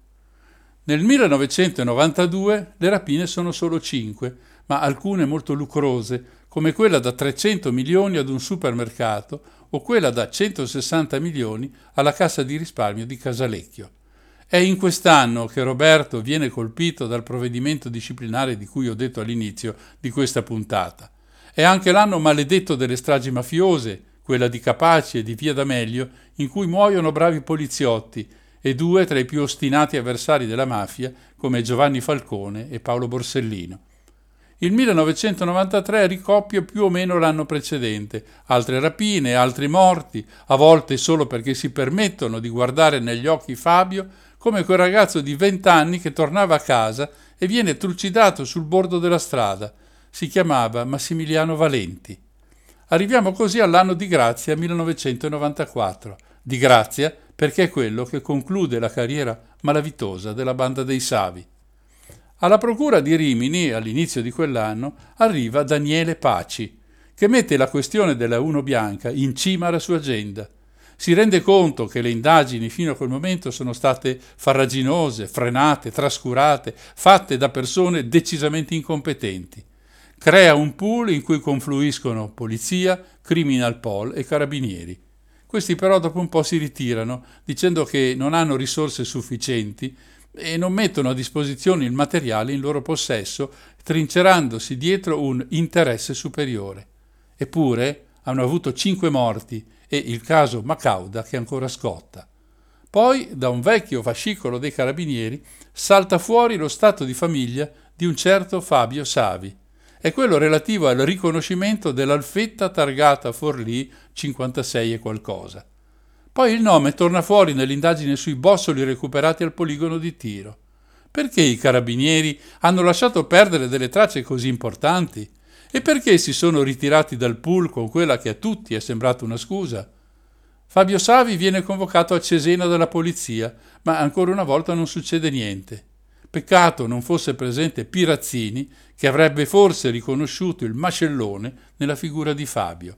Nel millenovecentonovantadue le rapine sono solo cinque, ma alcune molto lucrose, come quella da trecento milioni ad un supermercato o quella da centosessanta milioni alla Cassa di risparmio di Casalecchio. È in quest'anno che Roberto viene colpito dal provvedimento disciplinare di cui ho detto all'inizio di questa puntata. È anche l'anno maledetto delle stragi mafiose, quella di Capaci e di Via D'Amelio, in cui muoiono bravi poliziotti e due tra i più ostinati avversari della mafia come Giovanni Falcone e Paolo Borsellino. Il millenovecentonovantatré ricoppia più o meno l'anno precedente, altre rapine, altri morti, a volte solo perché si permettono di guardare negli occhi Fabio, come quel ragazzo di vent'anni che tornava a casa e viene trucidato sul bordo della strada. Si chiamava Massimiliano Valenti. Arriviamo così all'anno di grazia millenovecentonovantaquattro. Di grazia perché è quello che conclude la carriera malavitosa della banda dei Savi. Alla procura di Rimini, all'inizio di quell'anno, arriva Daniele Paci, che mette la questione della Uno Bianca in cima alla sua agenda. Si rende conto che le indagini fino a quel momento sono state farraginose, frenate, trascurate, fatte da persone decisamente incompetenti. Crea un pool in cui confluiscono polizia, criminal pol e carabinieri. Questi però dopo un po' si ritirano, dicendo che non hanno risorse sufficienti e non mettono a disposizione il materiale in loro possesso, trincerandosi dietro un interesse superiore. Eppure hanno avuto cinque morti e il caso Macauda che ancora scotta. Poi, da un vecchio fascicolo dei carabinieri, salta fuori lo stato di famiglia di un certo Fabio Savi. È quello relativo al riconoscimento dell'Alfetta targata Forlì cinquantasei e qualcosa. Poi il nome torna fuori nell'indagine sui bossoli recuperati al poligono di tiro. Perché i carabinieri hanno lasciato perdere delle tracce così importanti? E perché si sono ritirati dal pool con quella che a tutti è sembrata una scusa? Fabio Savi viene convocato a Cesena dalla polizia, ma ancora una volta non succede niente. Peccato non fosse presente Pirazzini, che avrebbe forse riconosciuto il mascellone nella figura di Fabio.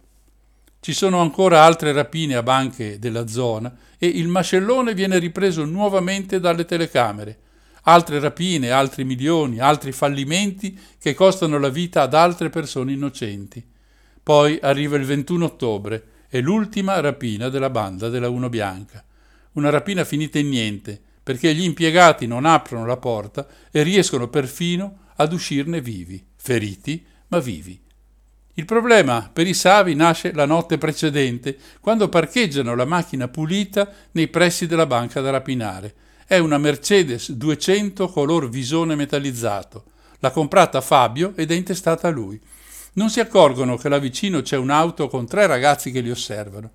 Ci sono ancora altre rapine a banche della zona e il mascellone viene ripreso nuovamente dalle telecamere. Altre rapine, altri milioni, altri fallimenti che costano la vita ad altre persone innocenti. Poi arriva il ventuno ottobre e l'ultima rapina della banda della Uno Bianca. Una rapina finita in niente, perché gli impiegati non aprono la porta e riescono perfino ad uscirne vivi, feriti ma vivi. Il problema per i Savi nasce la notte precedente, quando parcheggiano la macchina pulita nei pressi della banca da rapinare. È una Mercedes duecento color visone metallizzato. L'ha comprata Fabio ed è intestata a lui. Non si accorgono che là vicino c'è un'auto con tre ragazzi che li osservano.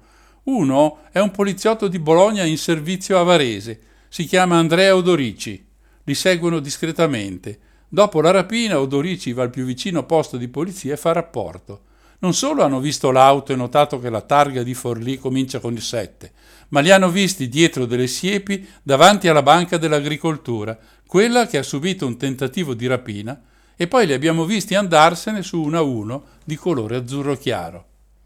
Uno è un poliziotto di Bologna in servizio a Varese. Si chiama Andrea Odorici. Li seguono discretamente. Dopo la rapina, Odorici va al più vicino posto di polizia e fa rapporto. Non solo hanno visto l'auto e notato che la targa di Forlì comincia con il sette, ma li hanno visti dietro delle siepi davanti alla banca dell'agricoltura, quella che ha subito un tentativo di rapina, e poi li abbiamo visti andarsene su una uno di colore azzurro chiaro.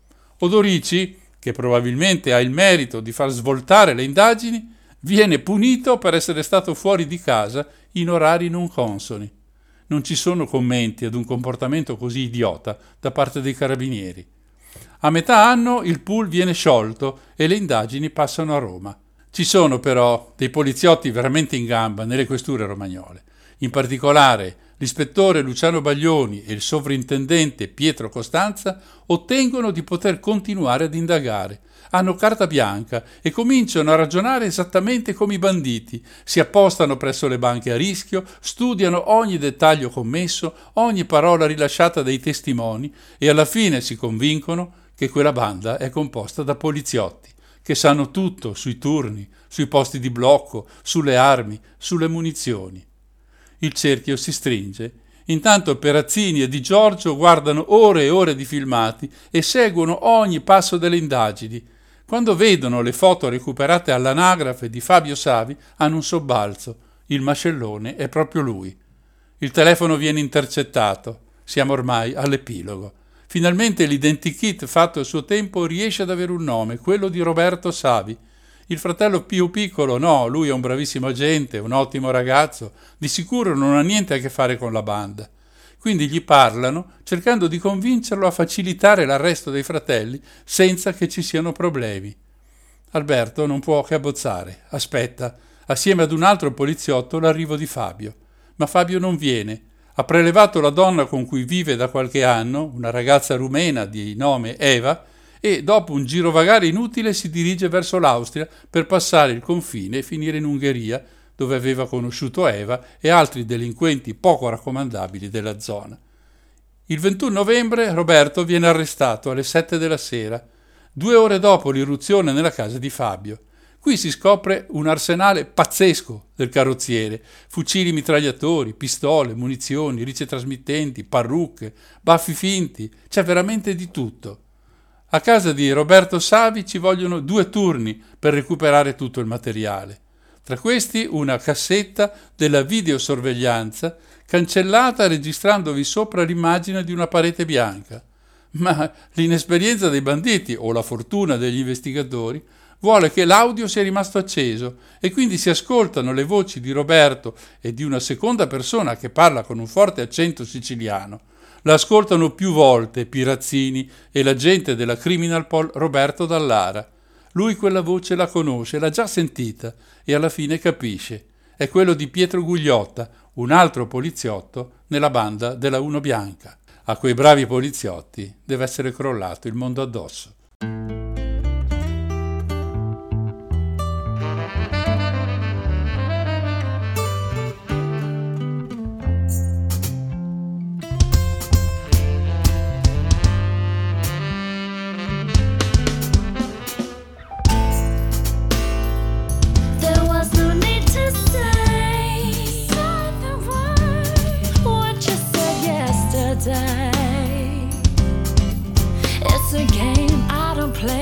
Odorici, che probabilmente ha il merito di far svoltare le indagini, viene punito per essere stato fuori di casa in orari non consoni. Non ci sono commenti ad un comportamento così idiota da parte dei carabinieri. A metà anno il pool viene sciolto e le indagini passano a Roma. Ci sono però dei poliziotti veramente in gamba nelle questure romagnole. In particolare l'ispettore Luciano Baglioni e il sovrintendente Pietro Costanza ottengono di poter continuare ad indagare. Hanno carta bianca e cominciano a ragionare esattamente come i banditi. Si appostano presso le banche a rischio, studiano ogni dettaglio commesso, ogni parola rilasciata dai testimoni e alla fine si convincono che quella banda è composta da poliziotti, che sanno tutto sui turni, sui posti di blocco, sulle armi, sulle munizioni. Il cerchio si stringe. Intanto Perazzini e Di Giorgio guardano ore e ore di filmati e seguono ogni passo delle indagini. Quando vedono le foto recuperate all'anagrafe di Fabio Savi hanno un sobbalzo. Il mascellone è proprio lui. Il telefono viene intercettato. Siamo ormai all'epilogo. Finalmente l'identikit fatto a suo tempo riesce ad avere un nome, quello di Roberto Savi. Il fratello più piccolo no, lui è un bravissimo agente, un ottimo ragazzo, di sicuro non ha niente a che fare con la banda. Quindi gli parlano, cercando di convincerlo a facilitare l'arresto dei fratelli senza che ci siano problemi. Alberto non può che abbozzare, aspetta, assieme ad un altro poliziotto, l'arrivo di Fabio. Ma Fabio non viene. Ha prelevato la donna con cui vive da qualche anno, una ragazza rumena di nome Eva, e dopo un girovagare inutile si dirige verso l'Austria per passare il confine e finire in Ungheria, dove aveva conosciuto Eva e altri delinquenti poco raccomandabili della zona. Il ventuno novembre Roberto viene arrestato alle sette della sera, due ore dopo l'irruzione nella casa di Fabio. Qui si scopre un arsenale pazzesco del carrozziere, fucili mitragliatori, pistole, munizioni, ricetrasmittenti, parrucche, baffi finti, c'è veramente di tutto. A casa di Roberto Savi ci vogliono due turni per recuperare tutto il materiale. Tra questi una cassetta della videosorveglianza cancellata registrandovi sopra l'immagine di una parete bianca. Ma l'inesperienza dei banditi o la fortuna degli investigatori vuole che l'audio sia rimasto acceso e quindi si ascoltano le voci di Roberto e di una seconda persona che parla con un forte accento siciliano. La ascoltano più volte Pirazzini e l'agente della Criminalpol Roberto Dallara. Lui quella voce la conosce, l'ha già sentita e alla fine capisce. È quello di Pietro Gugliotta, un altro poliziotto nella banda della Uno Bianca. A quei bravi poliziotti deve essere crollato il mondo addosso. It's a game I don't play.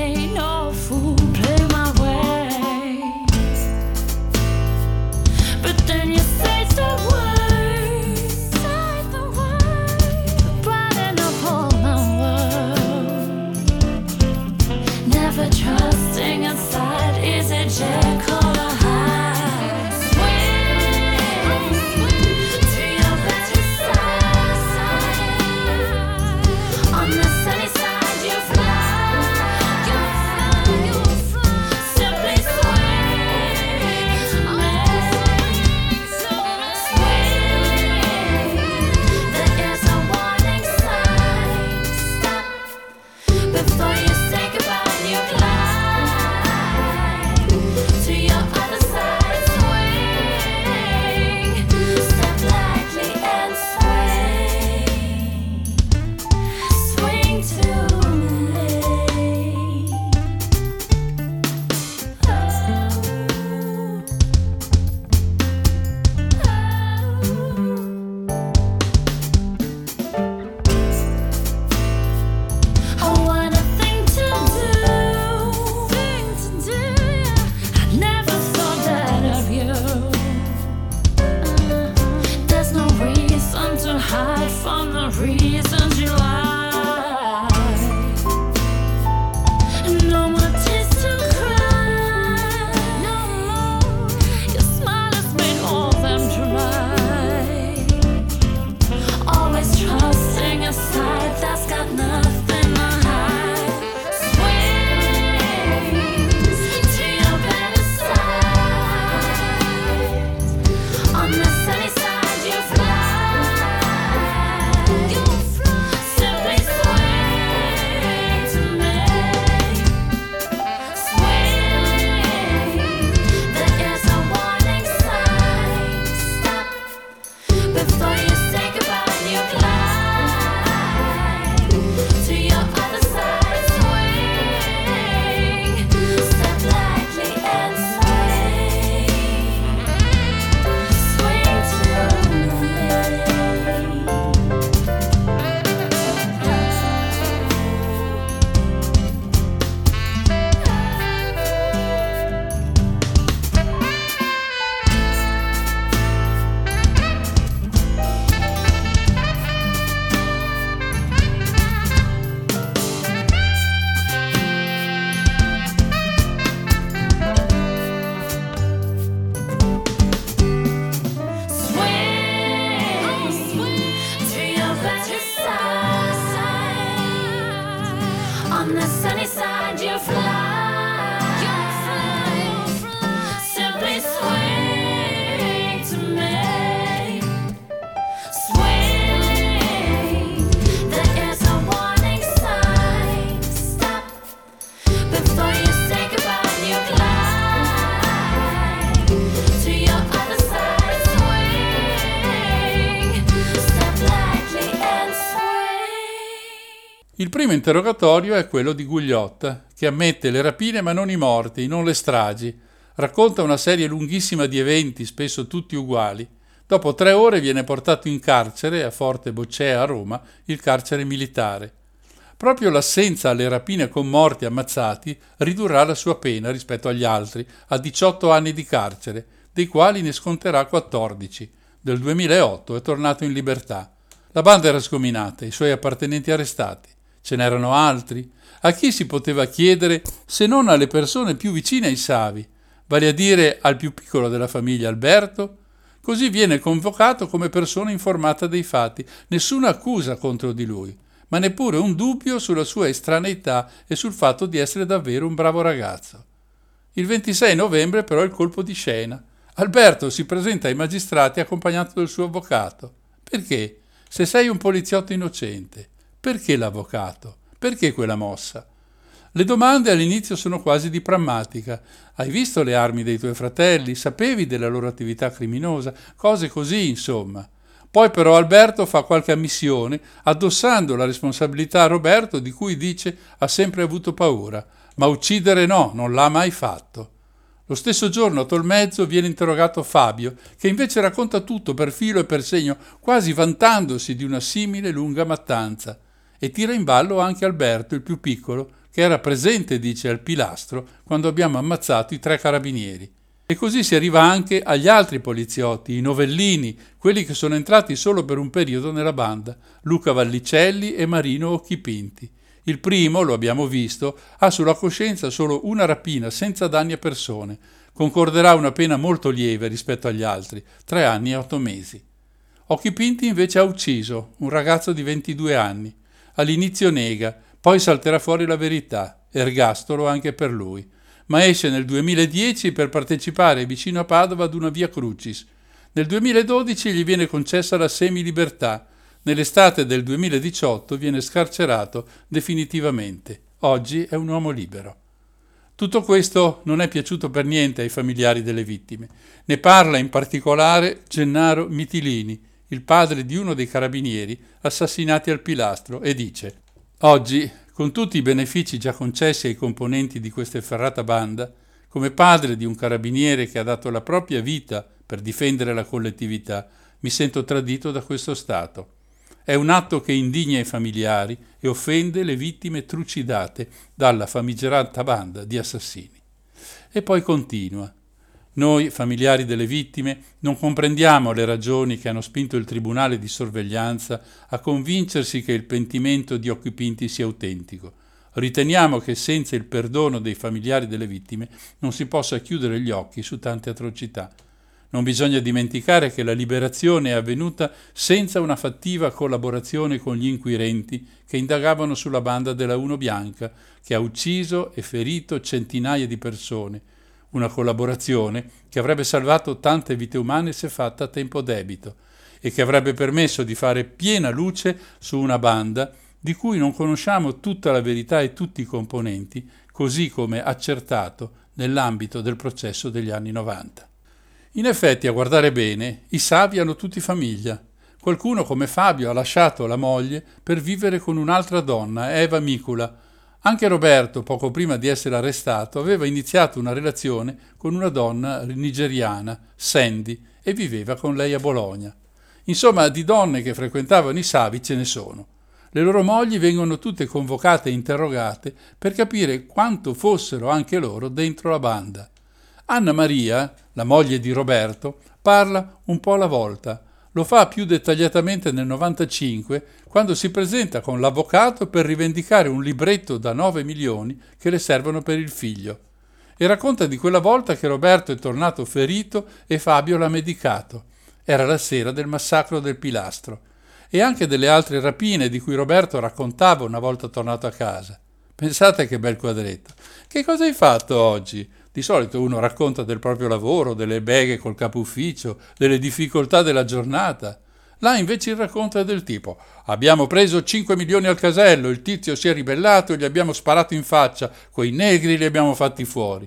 Il primo interrogatorio è quello di Gugliotta, che ammette le rapine ma non i morti, non le stragi. Racconta una serie lunghissima di eventi, spesso tutti uguali. Dopo tre ore viene portato in carcere, a Forte Boccea a Roma, il carcere militare. Proprio l'assenza alle rapine con morti ammazzati ridurrà la sua pena rispetto agli altri a diciotto anni di carcere, dei quali ne sconterà quattordici. Del duemilaotto è tornato in libertà. La banda era sgominata, i suoi appartenenti arrestati. Ce n'erano altri? A chi si poteva chiedere se non alle persone più vicine ai Savi, vale a dire al più piccolo della famiglia, Alberto? Così viene convocato come persona informata dei fatti, nessuna accusa contro di lui, ma neppure un dubbio sulla sua estraneità e sul fatto di essere davvero un bravo ragazzo. Il ventisei novembre però è il colpo di scena. Alberto si presenta ai magistrati accompagnato dal suo avvocato. Perché? Se sei un poliziotto innocente, perché l'avvocato? Perché quella mossa? Le domande all'inizio sono quasi di prammatica. Hai visto le armi dei tuoi fratelli? Sapevi della loro attività criminosa? Cose così, insomma. Poi però Alberto fa qualche ammissione, addossando la responsabilità a Roberto, di cui dice ha sempre avuto paura, ma uccidere no, non l'ha mai fatto. Lo stesso giorno a Tolmezzo viene interrogato Fabio, che invece racconta tutto per filo e per segno, quasi vantandosi di una simile lunga mattanza, e tira in ballo anche Alberto, il più piccolo, che era presente, dice, al pilastro quando abbiamo ammazzato i tre carabinieri. E così si arriva anche agli altri poliziotti, i novellini, quelli che sono entrati solo per un periodo nella banda, Luca Vallicelli e Marino Occhipinti. Il primo, lo abbiamo visto, ha sulla coscienza solo una rapina senza danni a persone. Concorderà una pena molto lieve rispetto agli altri, tre anni e otto mesi. Occhipinti invece ha ucciso un ragazzo di ventidue anni. All'inizio nega, poi salterà fuori la verità, ergastolo anche per lui. Ma esce nel duemiladieci per partecipare vicino a Padova ad una via crucis. Nel duemiladodici gli viene concessa la semilibertà. Nell'estate del duemiladiciotto viene scarcerato definitivamente. Oggi è un uomo libero. Tutto questo non è piaciuto per niente ai familiari delle vittime. Ne parla in particolare Gennaro Mitilini, il padre di uno dei carabinieri assassinati al pilastro, e dice: oggi, con tutti i benefici già concessi ai componenti di questa efferrata banda, come padre di un carabiniere che ha dato la propria vita per difendere la collettività, mi sento tradito da questo Stato. È un atto che indigna i familiari e offende le vittime trucidate dalla famigerata banda di assassini. E poi continua. Noi, familiari delle vittime, non comprendiamo le ragioni che hanno spinto il tribunale di sorveglianza a convincersi che il pentimento di Occhipinti sia autentico. Riteniamo che senza il perdono dei familiari delle vittime non si possa chiudere gli occhi su tante atrocità. Non bisogna dimenticare che la liberazione è avvenuta senza una fattiva collaborazione con gli inquirenti che indagavano sulla banda della Uno Bianca, che ha ucciso e ferito centinaia di persone. Una collaborazione che avrebbe salvato tante vite umane se fatta a tempo debito e che avrebbe permesso di fare piena luce su una banda di cui non conosciamo tutta la verità e tutti i componenti, così come accertato nell'ambito del processo degli anni novanta. In effetti, a guardare bene, i Savi hanno tutti famiglia. Qualcuno, come Fabio, ha lasciato la moglie per vivere con un'altra donna, Eva Micula. Anche Roberto, poco prima di essere arrestato, aveva iniziato una relazione con una donna nigeriana, Sandy, e viveva con lei a Bologna. Insomma, di donne che frequentavano i Savi ce ne sono. Le loro mogli vengono tutte convocate e interrogate per capire quanto fossero anche loro dentro la banda. Anna Maria, la moglie di Roberto, parla un po' alla volta. Lo fa più dettagliatamente nel novantacinque, quando si presenta con l'avvocato per rivendicare un libretto da nove milioni che le servono per il figlio. E racconta di quella volta che Roberto è tornato ferito e Fabio l'ha medicato. Era la sera del massacro del pilastro. E anche delle altre rapine di cui Roberto raccontava una volta tornato a casa. Pensate che bel quadretto. Che cosa hai fatto oggi? Di solito uno racconta del proprio lavoro, delle beghe col capo ufficio, delle difficoltà della giornata. Là invece il racconto è del tipo: abbiamo preso cinque milioni al casello, il tizio si è ribellato e gli abbiamo sparato in faccia, quei negri li abbiamo fatti fuori.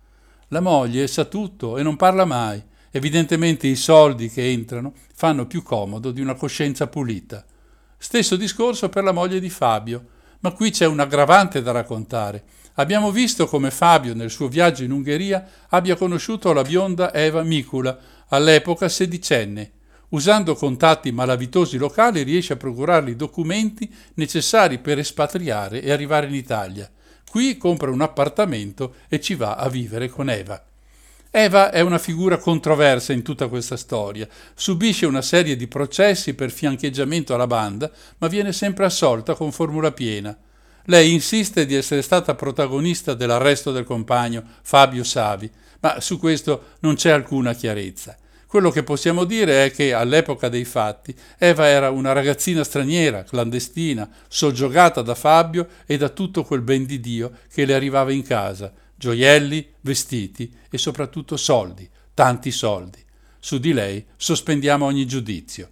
La moglie sa tutto e non parla mai. Evidentemente i soldi che entrano fanno più comodo di una coscienza pulita. Stesso discorso per la moglie di Fabio. Ma qui c'è un aggravante da raccontare. Abbiamo visto come Fabio, nel suo viaggio in Ungheria, abbia conosciuto la bionda Eva Micula, all'epoca sedicenne. Usando contatti malavitosi locali riesce a procurargli i documenti necessari per espatriare e arrivare in Italia. Qui compra un appartamento e ci va a vivere con Eva. Eva è una figura controversa in tutta questa storia. Subisce una serie di processi per fiancheggiamento alla banda, ma viene sempre assolta con formula piena. Lei insiste di essere stata protagonista dell'arresto del compagno Fabio Savi, ma su questo non c'è alcuna chiarezza. Quello che possiamo dire è che all'epoca dei fatti Eva era una ragazzina straniera, clandestina, soggiogata da Fabio e da tutto quel ben di Dio che le arrivava in casa. Gioielli, vestiti e soprattutto soldi, tanti soldi. Su di lei sospendiamo ogni giudizio.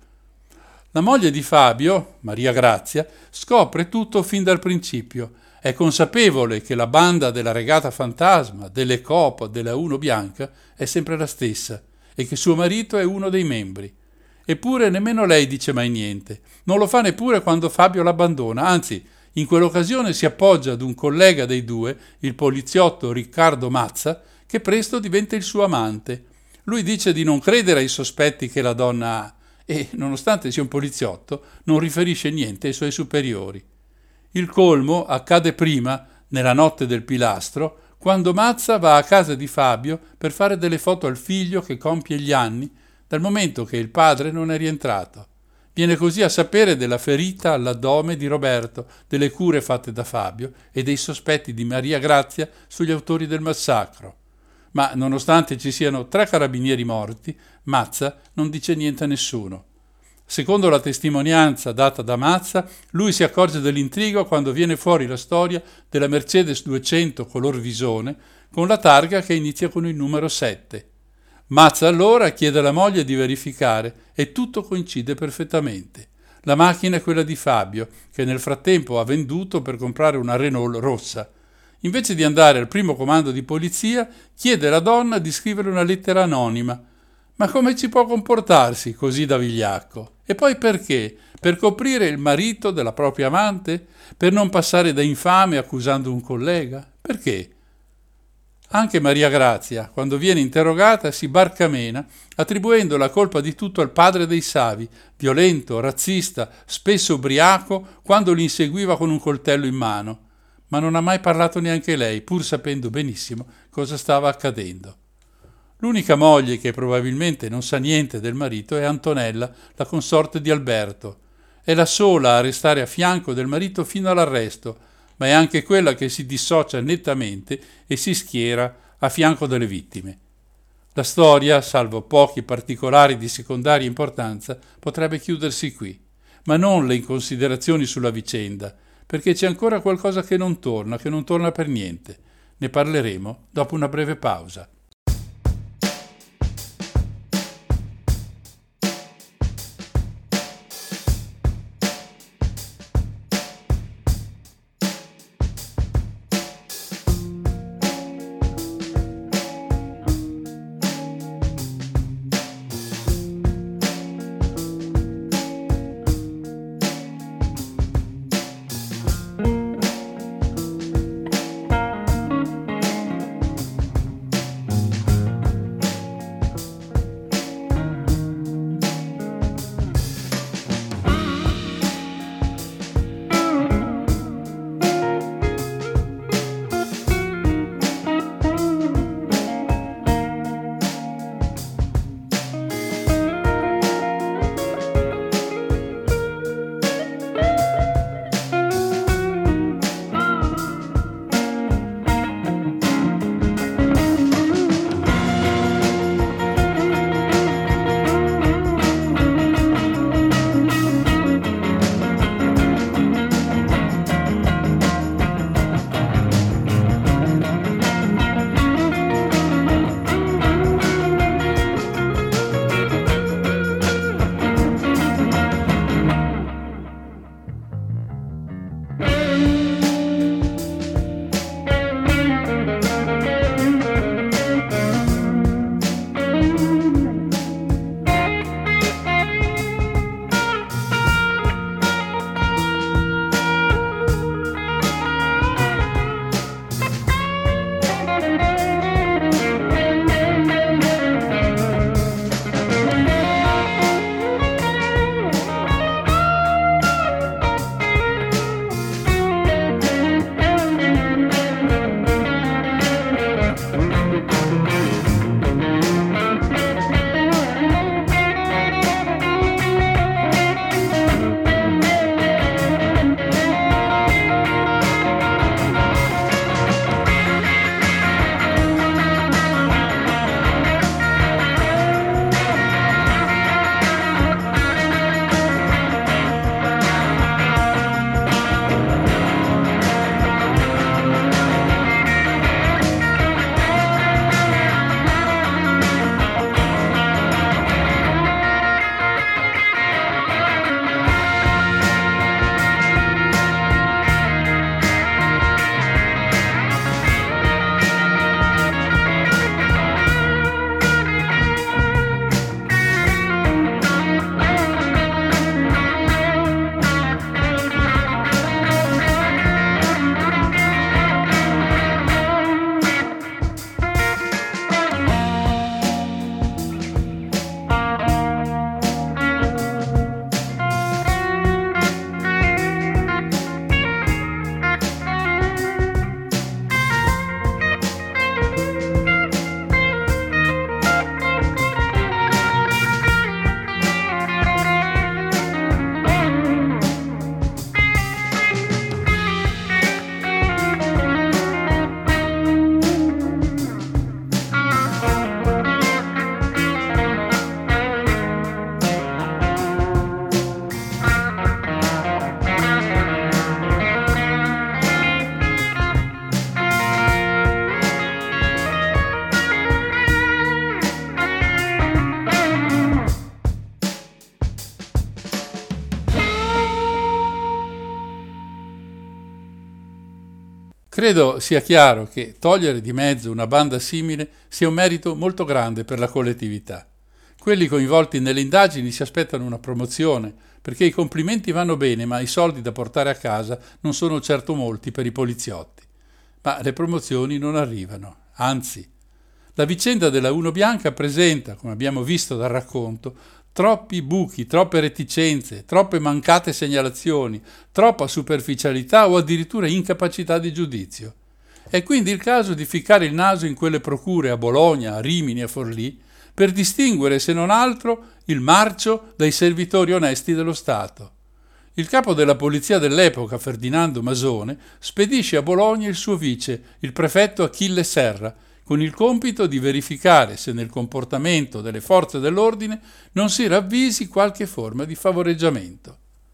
La moglie di Fabio, Maria Grazia, scopre tutto fin dal principio. È consapevole che la banda della Regata Fantasma, delle Coop, della Uno Bianca è sempre la stessa e che suo marito è uno dei membri. Eppure nemmeno lei dice mai niente. Non lo fa neppure quando Fabio l'abbandona, anzi, in quell'occasione si appoggia ad un collega dei due, il poliziotto Riccardo Mazza, che presto diventa il suo amante. Lui dice di non credere ai sospetti che la donna ha e, nonostante sia un poliziotto, non riferisce niente ai suoi superiori. Il colmo accade prima, nella notte del pilastro, quando Mazza va a casa di Fabio per fare delle foto al figlio che compie gli anni, dal momento che il padre non è rientrato. Viene così a sapere della ferita all'addome di Roberto, delle cure fatte da Fabio e dei sospetti di Maria Grazia sugli autori del massacro. Ma nonostante ci siano tre carabinieri morti, Mazza non dice niente a nessuno. Secondo la testimonianza data da Mazza, lui si accorge dell'intrigo quando viene fuori la storia della Mercedes duecento color visone con la targa che inizia con il numero sette. Mazza allora chiede alla moglie di verificare e tutto coincide perfettamente. La macchina è quella di Fabio, che nel frattempo ha venduto per comprare una Renault rossa. Invece di andare al primo comando di polizia, chiede alla donna di scrivere una lettera anonima. Ma come ci può comportarsi così da vigliacco? E poi perché? Per coprire il marito della propria amante? Per non passare da infame accusando un collega? Perché? Anche Maria Grazia, quando viene interrogata, si barcamena, attribuendo la colpa di tutto al padre dei Savi, violento, razzista, spesso ubriaco, quando li inseguiva con un coltello in mano. Ma non ha mai parlato neanche lei, pur sapendo benissimo cosa stava accadendo. L'unica moglie che probabilmente non sa niente del marito è Antonella, la consorte di Alberto. È la sola a restare a fianco del marito fino all'arresto, ma è anche quella che si dissocia nettamente e si schiera a fianco delle vittime. La storia, salvo pochi particolari di secondaria importanza, potrebbe chiudersi qui, ma non le inconsiderazioni sulla vicenda, perché c'è ancora qualcosa che non torna, che non torna per niente. Ne parleremo dopo una breve pausa. Credo sia chiaro che togliere di mezzo una banda simile sia un merito molto grande per la collettività. Quelli coinvolti nelle indagini si aspettano una promozione, perché i complimenti vanno bene, ma i soldi da portare a casa non sono certo molti per i poliziotti. Ma le promozioni non arrivano, anzi. La vicenda della Uno Bianca presenta, come abbiamo visto dal racconto, troppi buchi, troppe reticenze, troppe mancate segnalazioni, troppa superficialità o addirittura incapacità di giudizio. È quindi il caso di ficcare il naso in quelle procure a Bologna, a Rimini e a Forlì per distinguere, se non altro, il marcio dai servitori onesti dello Stato. Il capo della polizia dell'epoca, Ferdinando Masone, spedisce a Bologna il suo vice, il prefetto Achille Serra, con il compito di verificare se nel comportamento delle forze dell'ordine non si ravvisi qualche forma di favoreggiamento.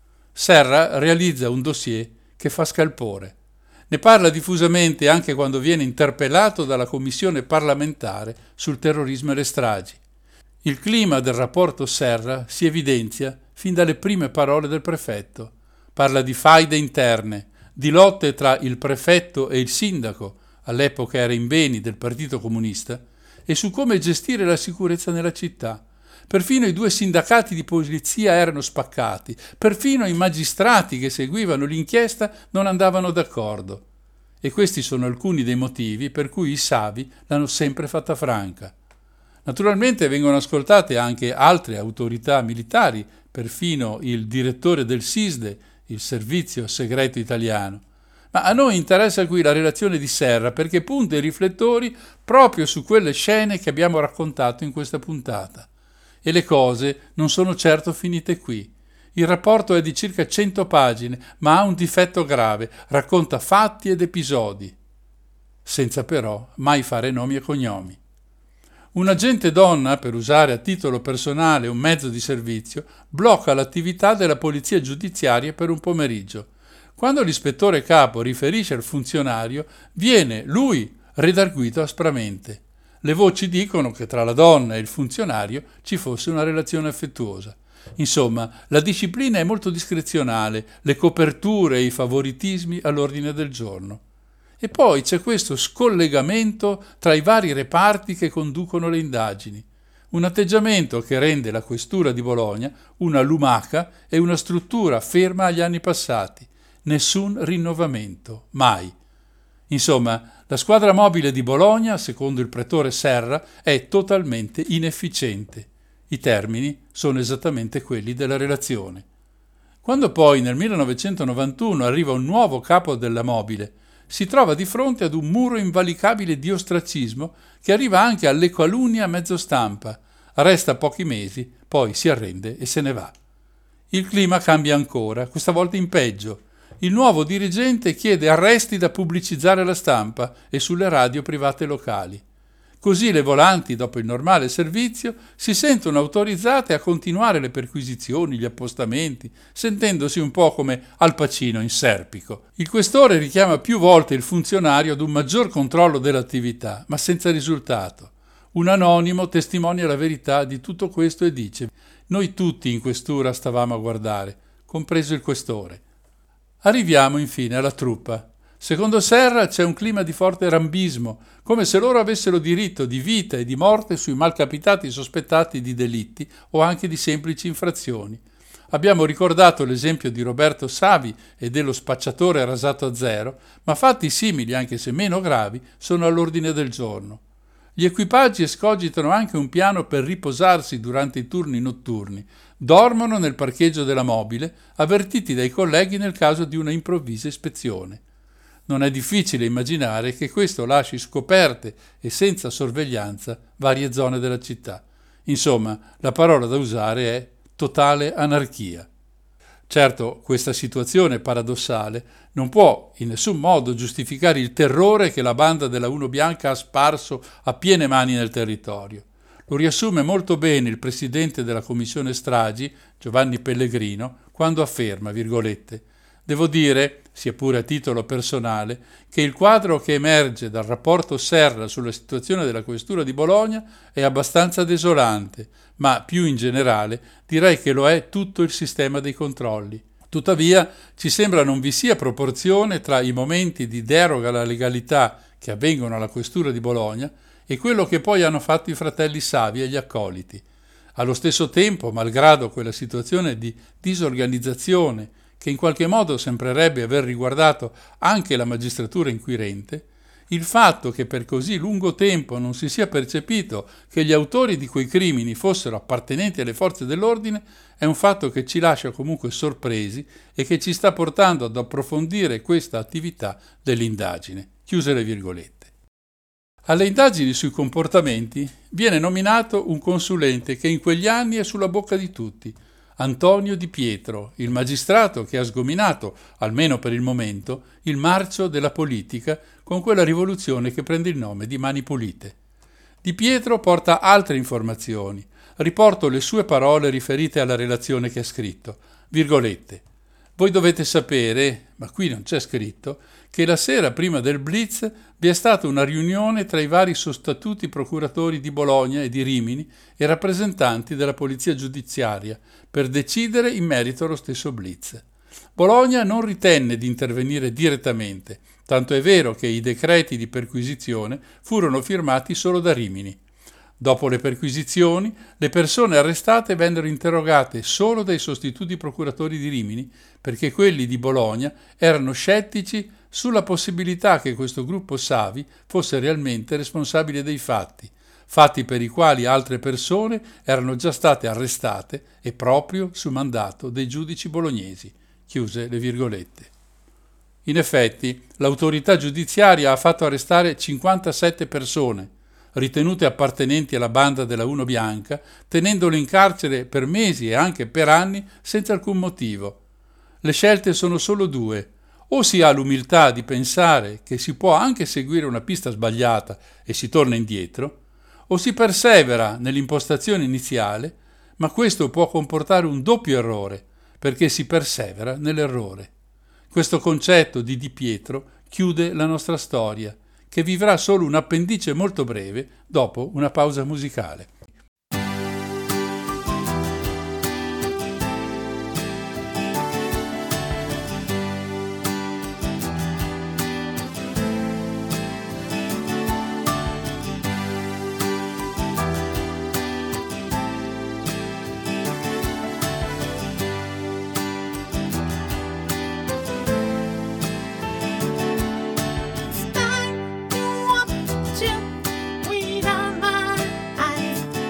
Serra realizza un dossier che fa scalpore. Ne parla diffusamente anche quando viene interpellato dalla commissione parlamentare sul terrorismo e le stragi. Il clima del rapporto Serra si evidenzia fin dalle prime parole del prefetto. Parla di faide interne, di lotte tra il prefetto e il sindaco, all'epoca era in Beni del Partito Comunista, e su come gestire la sicurezza nella città. Perfino i due sindacati di polizia erano spaccati, perfino i magistrati che seguivano l'inchiesta non andavano d'accordo. E questi sono alcuni dei motivi per cui i Savi l'hanno sempre fatta franca. Naturalmente vengono ascoltate anche altre autorità militari, perfino il direttore del SISDE, il Servizio Segreto Italiano. Ma a noi interessa qui la relazione di Serra perché punta i riflettori proprio su quelle scene che abbiamo raccontato in questa puntata. E le cose non sono certo finite qui. Il rapporto è di circa cento pagine, ma ha un difetto grave, racconta fatti ed episodi, senza però mai fare nomi e cognomi. Un agente donna, per usare a titolo personale un mezzo di servizio, blocca l'attività della polizia giudiziaria per un pomeriggio. Quando l'ispettore capo riferisce al funzionario, viene lui redarguito aspramente. Le voci dicono che tra la donna e il funzionario ci fosse una relazione affettuosa. Insomma, la disciplina è molto discrezionale, le coperture e i favoritismi all'ordine del giorno. E poi c'è questo scollegamento tra i vari reparti che conducono le indagini. Un atteggiamento che rende la questura di Bologna una lumaca e una struttura ferma agli anni passati. Nessun rinnovamento, mai. Insomma, la squadra mobile di Bologna, secondo il pretore Serra, è totalmente inefficiente. I termini sono esattamente quelli della relazione. Quando poi nel millenovecentonovantuno arriva un nuovo capo della mobile, si trova di fronte ad un muro invalicabile di ostracismo che arriva anche alle calunnie a mezzo stampa. Resta pochi mesi, poi si arrende e se ne va. Il clima cambia ancora, questa volta in peggio. Il nuovo dirigente chiede arresti da pubblicizzare alla stampa e sulle radio private locali. Così le volanti, dopo il normale servizio, si sentono autorizzate a continuare le perquisizioni, gli appostamenti, sentendosi un po' come Al Pacino in Serpico. Il questore richiama più volte il funzionario ad un maggior controllo dell'attività, ma senza risultato. Un anonimo testimonia la verità di tutto questo e dice: «Noi tutti in questura stavamo a guardare, compreso il questore». Arriviamo infine alla truppa. Secondo Serra c'è un clima di forte rambismo, come se loro avessero diritto di vita e di morte sui malcapitati sospettati di delitti o anche di semplici infrazioni. Abbiamo ricordato l'esempio di Roberto Savi e dello spacciatore rasato a zero, ma fatti simili, anche se meno gravi, sono all'ordine del giorno. Gli equipaggi escogitano anche un piano per riposarsi durante i turni notturni. Dormono nel parcheggio della mobile, avvertiti dai colleghi nel caso di una improvvisa ispezione. Non è difficile immaginare che questo lasci scoperte e senza sorveglianza varie zone della città. Insomma, la parola da usare è totale anarchia. Certo, questa situazione paradossale non può in nessun modo giustificare il terrore che la banda della Uno Bianca ha sparso a piene mani nel territorio. Lo riassume molto bene il presidente della commissione stragi, Giovanni Pellegrino, quando afferma, virgolette, «Devo dire, sia pure a titolo personale, che il quadro che emerge dal rapporto Serra sulla situazione della questura di Bologna è abbastanza desolante, ma più in generale direi che lo è tutto il sistema dei controlli. Tuttavia ci sembra non vi sia proporzione tra i momenti di deroga alla legalità che avvengono alla questura di Bologna e quello che poi hanno fatto i fratelli Savi e gli accoliti. Allo stesso tempo, malgrado quella situazione di disorganizzazione che in qualche modo sembrerebbe aver riguardato anche la magistratura inquirente, il fatto che per così lungo tempo non si sia percepito che gli autori di quei crimini fossero appartenenti alle forze dell'ordine è un fatto che ci lascia comunque sorpresi e che ci sta portando ad approfondire questa attività dell'indagine. Chiuse le virgolette. Alle indagini sui comportamenti viene nominato un consulente che in quegli anni è sulla bocca di tutti, Antonio Di Pietro, il magistrato che ha sgominato, almeno per il momento, il marcio della politica con quella rivoluzione che prende il nome di Mani Pulite. Di Pietro porta altre informazioni. Riporto le sue parole riferite alla relazione che ha scritto. Virgolette. Voi dovete sapere, ma qui non c'è scritto, che la sera prima del blitz vi è stata una riunione tra i vari sostituti procuratori di Bologna e di Rimini e rappresentanti della polizia giudiziaria per decidere in merito allo stesso blitz. Bologna non ritenne di intervenire direttamente, tanto è vero che i decreti di perquisizione furono firmati solo da Rimini. Dopo le perquisizioni, le persone arrestate vennero interrogate solo dai sostituti procuratori di Rimini, perché quelli di Bologna erano scettici sulla possibilità che questo gruppo Savi fosse realmente responsabile dei fatti, fatti per i quali altre persone erano già state arrestate e proprio su mandato dei giudici bolognesi. Chiuse le virgolette. In effetti, l'autorità giudiziaria ha fatto arrestare cinquantasette persone, ritenute appartenenti alla banda della Uno Bianca, tenendole in carcere per mesi e anche per anni senza alcun motivo. Le scelte sono solo due: o si ha l'umiltà di pensare che si può anche seguire una pista sbagliata e si torna indietro, o si persevera nell'impostazione iniziale, ma questo può comportare un doppio errore, perché si persevera nell'errore. Questo concetto di Di Pietro chiude la nostra storia, che vivrà solo un appendice molto breve dopo una pausa musicale. Start to watch you with my eyes.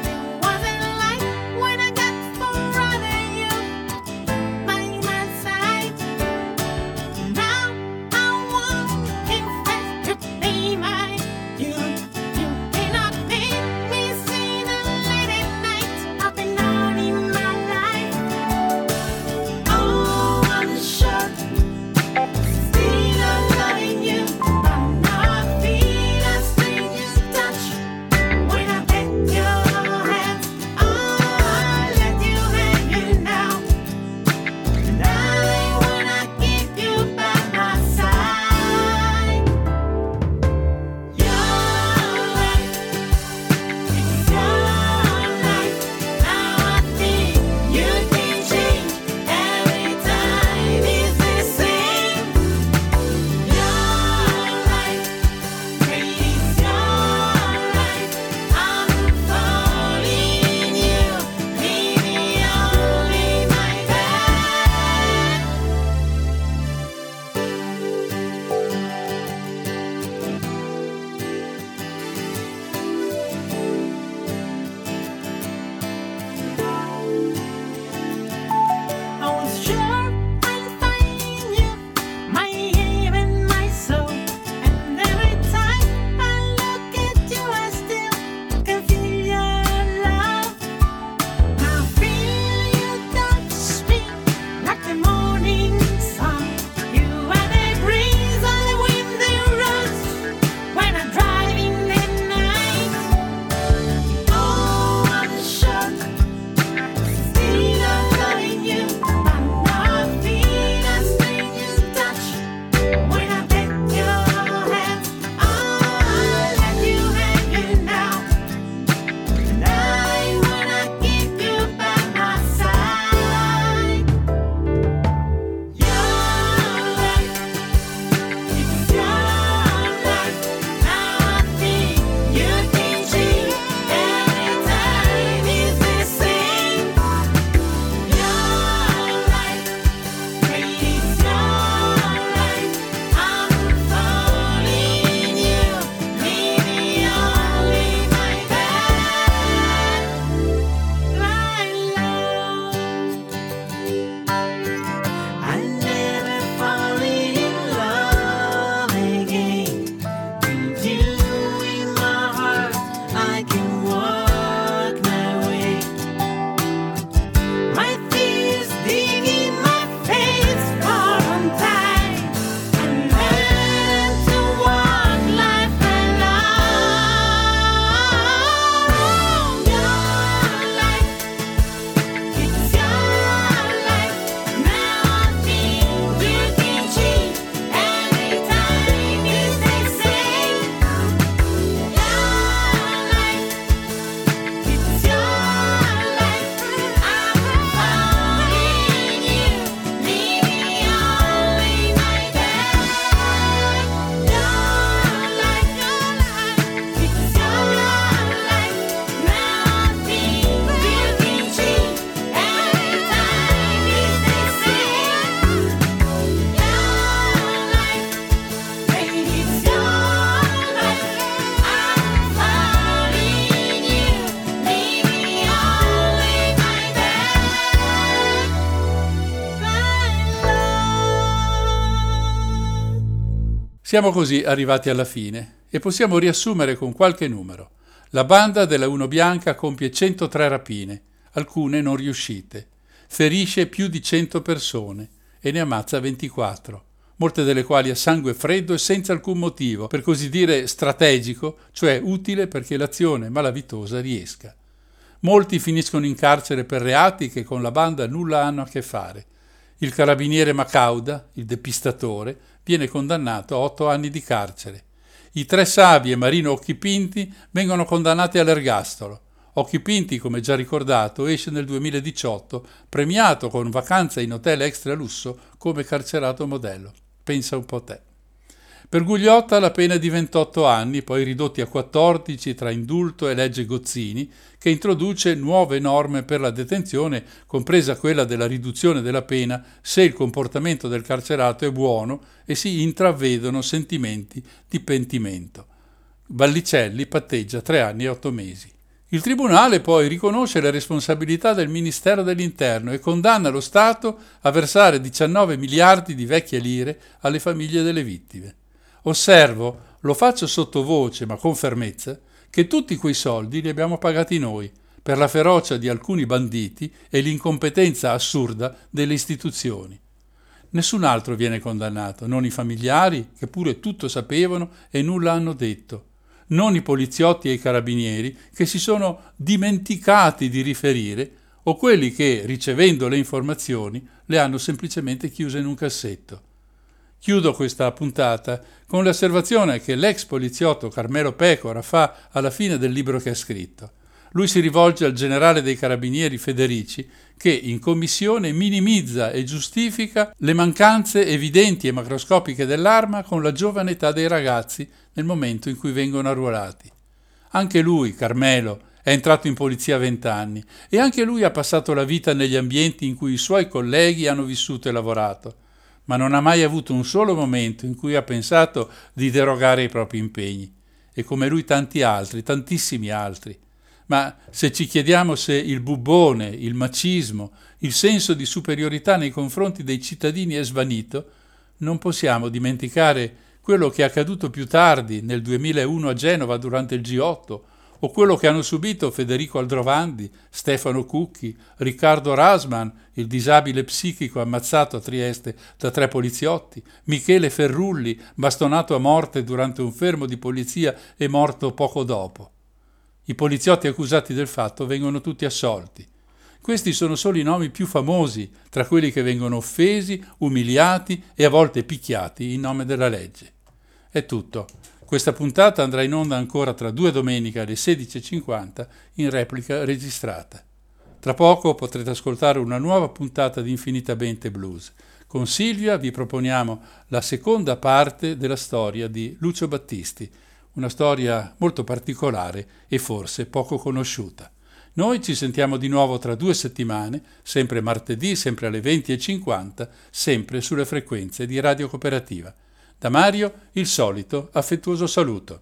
Siamo così arrivati alla fine e possiamo riassumere con qualche numero. La banda della Uno Bianca compie centotré rapine, alcune non riuscite, ferisce più di cento persone e ne ammazza ventiquattro, molte delle quali a sangue freddo e senza alcun motivo, per così dire strategico, cioè utile perché l'azione malavitosa riesca. Molti finiscono in carcere per reati che con la banda nulla hanno a che fare. Il carabiniere Macauda, il depistatore, viene condannato a otto anni di carcere. I tre Savi e Marino Occhipinti vengono condannati all'ergastolo. Occhipinti, come già ricordato, esce nel duemiladiciotto, premiato con vacanza in hotel extra lusso come carcerato modello. Pensa un po' te. Per Gugliotta la pena è di ventotto anni, poi ridotti a quattordici tra indulto e legge Gozzini, che introduce nuove norme per la detenzione, compresa quella della riduzione della pena se il comportamento del carcerato è buono e si intravedono sentimenti di pentimento. Vallicelli patteggia tre anni e otto mesi. Il Tribunale poi riconosce le responsabilità del Ministero dell'Interno e condanna lo Stato a versare diciannove miliardi di vecchie lire alle famiglie delle vittime. Osservo, lo faccio sottovoce ma con fermezza, che tutti quei soldi li abbiamo pagati noi, per la ferocia di alcuni banditi e l'incompetenza assurda delle istituzioni. Nessun altro viene condannato, non i familiari, che pure tutto sapevano e nulla hanno detto, non i poliziotti e i carabinieri, che si sono dimenticati di riferire, o quelli che, ricevendo le informazioni, le hanno semplicemente chiuse in un cassetto. Chiudo questa puntata con l'osservazione che l'ex poliziotto Carmelo Pecora fa alla fine del libro che ha scritto. Lui si rivolge al generale dei carabinieri Federici che in commissione minimizza e giustifica le mancanze evidenti e macroscopiche dell'arma con la giovane età dei ragazzi nel momento in cui vengono arruolati. Anche lui, Carmelo, è entrato in polizia a vent'anni e anche lui ha passato la vita negli ambienti in cui i suoi colleghi hanno vissuto e lavorato, ma non ha mai avuto un solo momento in cui ha pensato di derogare ai propri impegni, e come lui tanti altri, tantissimi altri. Ma se ci chiediamo se il bubbone, il macismo, il senso di superiorità nei confronti dei cittadini è svanito, non possiamo dimenticare quello che è accaduto più tardi, nel duemilauno a Genova durante il G otto, o quello che hanno subito Federico Aldrovandi, Stefano Cucchi, Riccardo Rasman, il disabile psichico ammazzato a Trieste da tre poliziotti, Michele Ferrulli, bastonato a morte durante un fermo di polizia e morto poco dopo. I poliziotti accusati del fatto vengono tutti assolti. Questi sono solo i nomi più famosi tra quelli che vengono offesi, umiliati e a volte picchiati in nome della legge. È tutto. Questa puntata andrà in onda ancora tra due domeniche alle sedici e cinquanta in replica registrata. Tra poco potrete ascoltare una nuova puntata di Infinitamente Blues. Con Silvia vi proponiamo la seconda parte della storia di Lucio Battisti, una storia molto particolare e forse poco conosciuta. Noi ci sentiamo di nuovo tra due settimane, sempre martedì, sempre alle venti e cinquanta, sempre sulle frequenze di Radio Cooperativa. Da Mario il solito affettuoso saluto.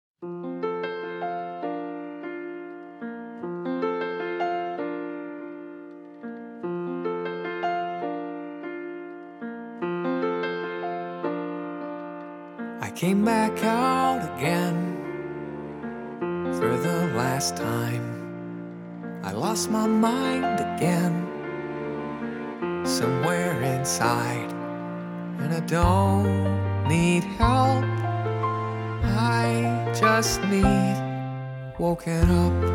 I came back out again for the last time. I lost my mind again somewhere inside, and I don't need help, I just need woken up.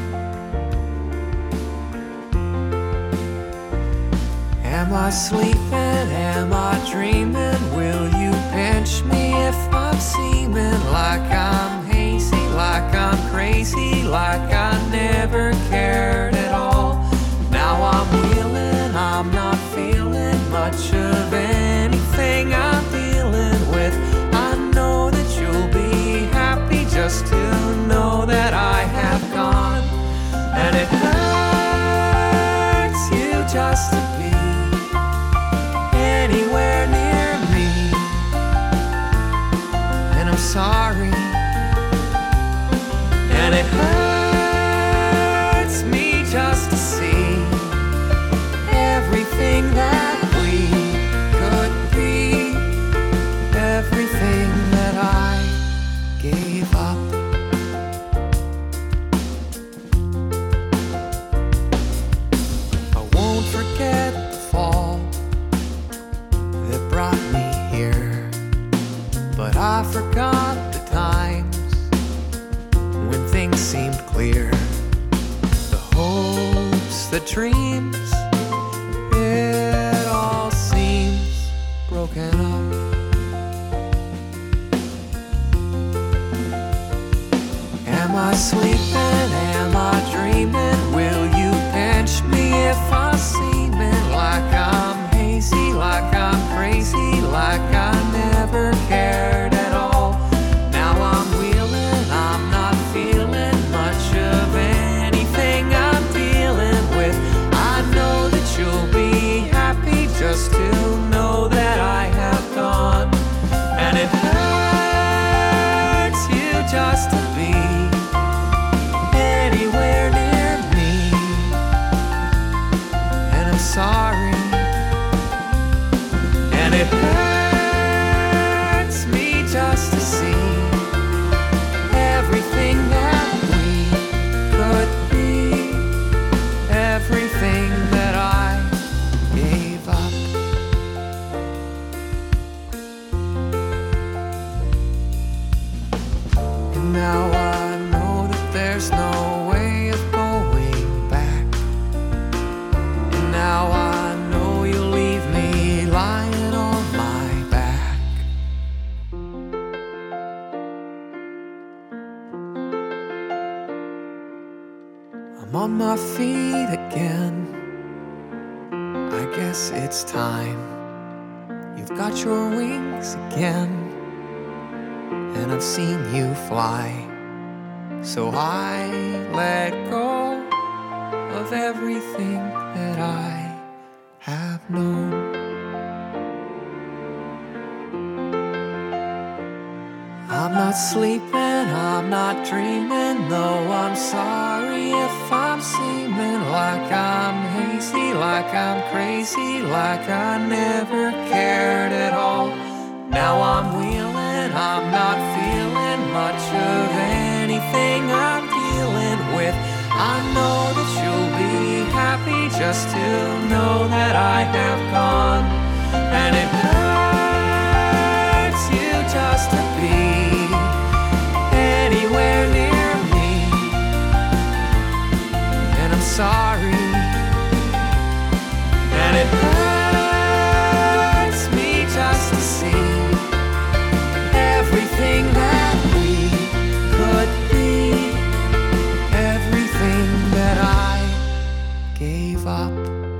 Am I sleeping? Am I dreaming? Will you pinch me if I'm seeming like I'm hazy, like I'm crazy, like I never cared at all? Now I'm wheeling, I'm not feeling much of anything I'm dealing with. I know that you'll be happy just to know that I have gone, and it hurts you just to be anywhere near me, and I'm sorry, and it hurts me just to see everything that we could be, everything the dreams, it all seems broken up. Am I sleeping? Am I dreaming? Will you pinch me if I'm seeming like I'm hazy, like I'm crazy, like I never cared at all? Now I'm wheeling, I'm not feeling much of anything I'm dealing with. I know that you'll be happy just to know that I have gone. And it hurts you just to be anywhere near me. And I'm sorry. And it hurts me just to see everything that we could be, everything that I gave up. And now I know that there's no way of going back. And now I know you'll leave me lying on my back. I'm on my feet again. I guess it's time. You've got your wings again, and I've seen you fly. So I let go of everything that I have known. I'm not sleeping, I'm not dreaming, though I'm sorry if I'm seeming like I'm hazy, like I'm crazy, like I never cared at all. Now I'm wheeling, I'm not feeling much of anything I'm dealing with. I know that you'll be happy just to know that I have gone. And it hurts you just to be anywhere near me. And I'm sorry. And it hurts me just to see everything that we could be, everything that I gave up.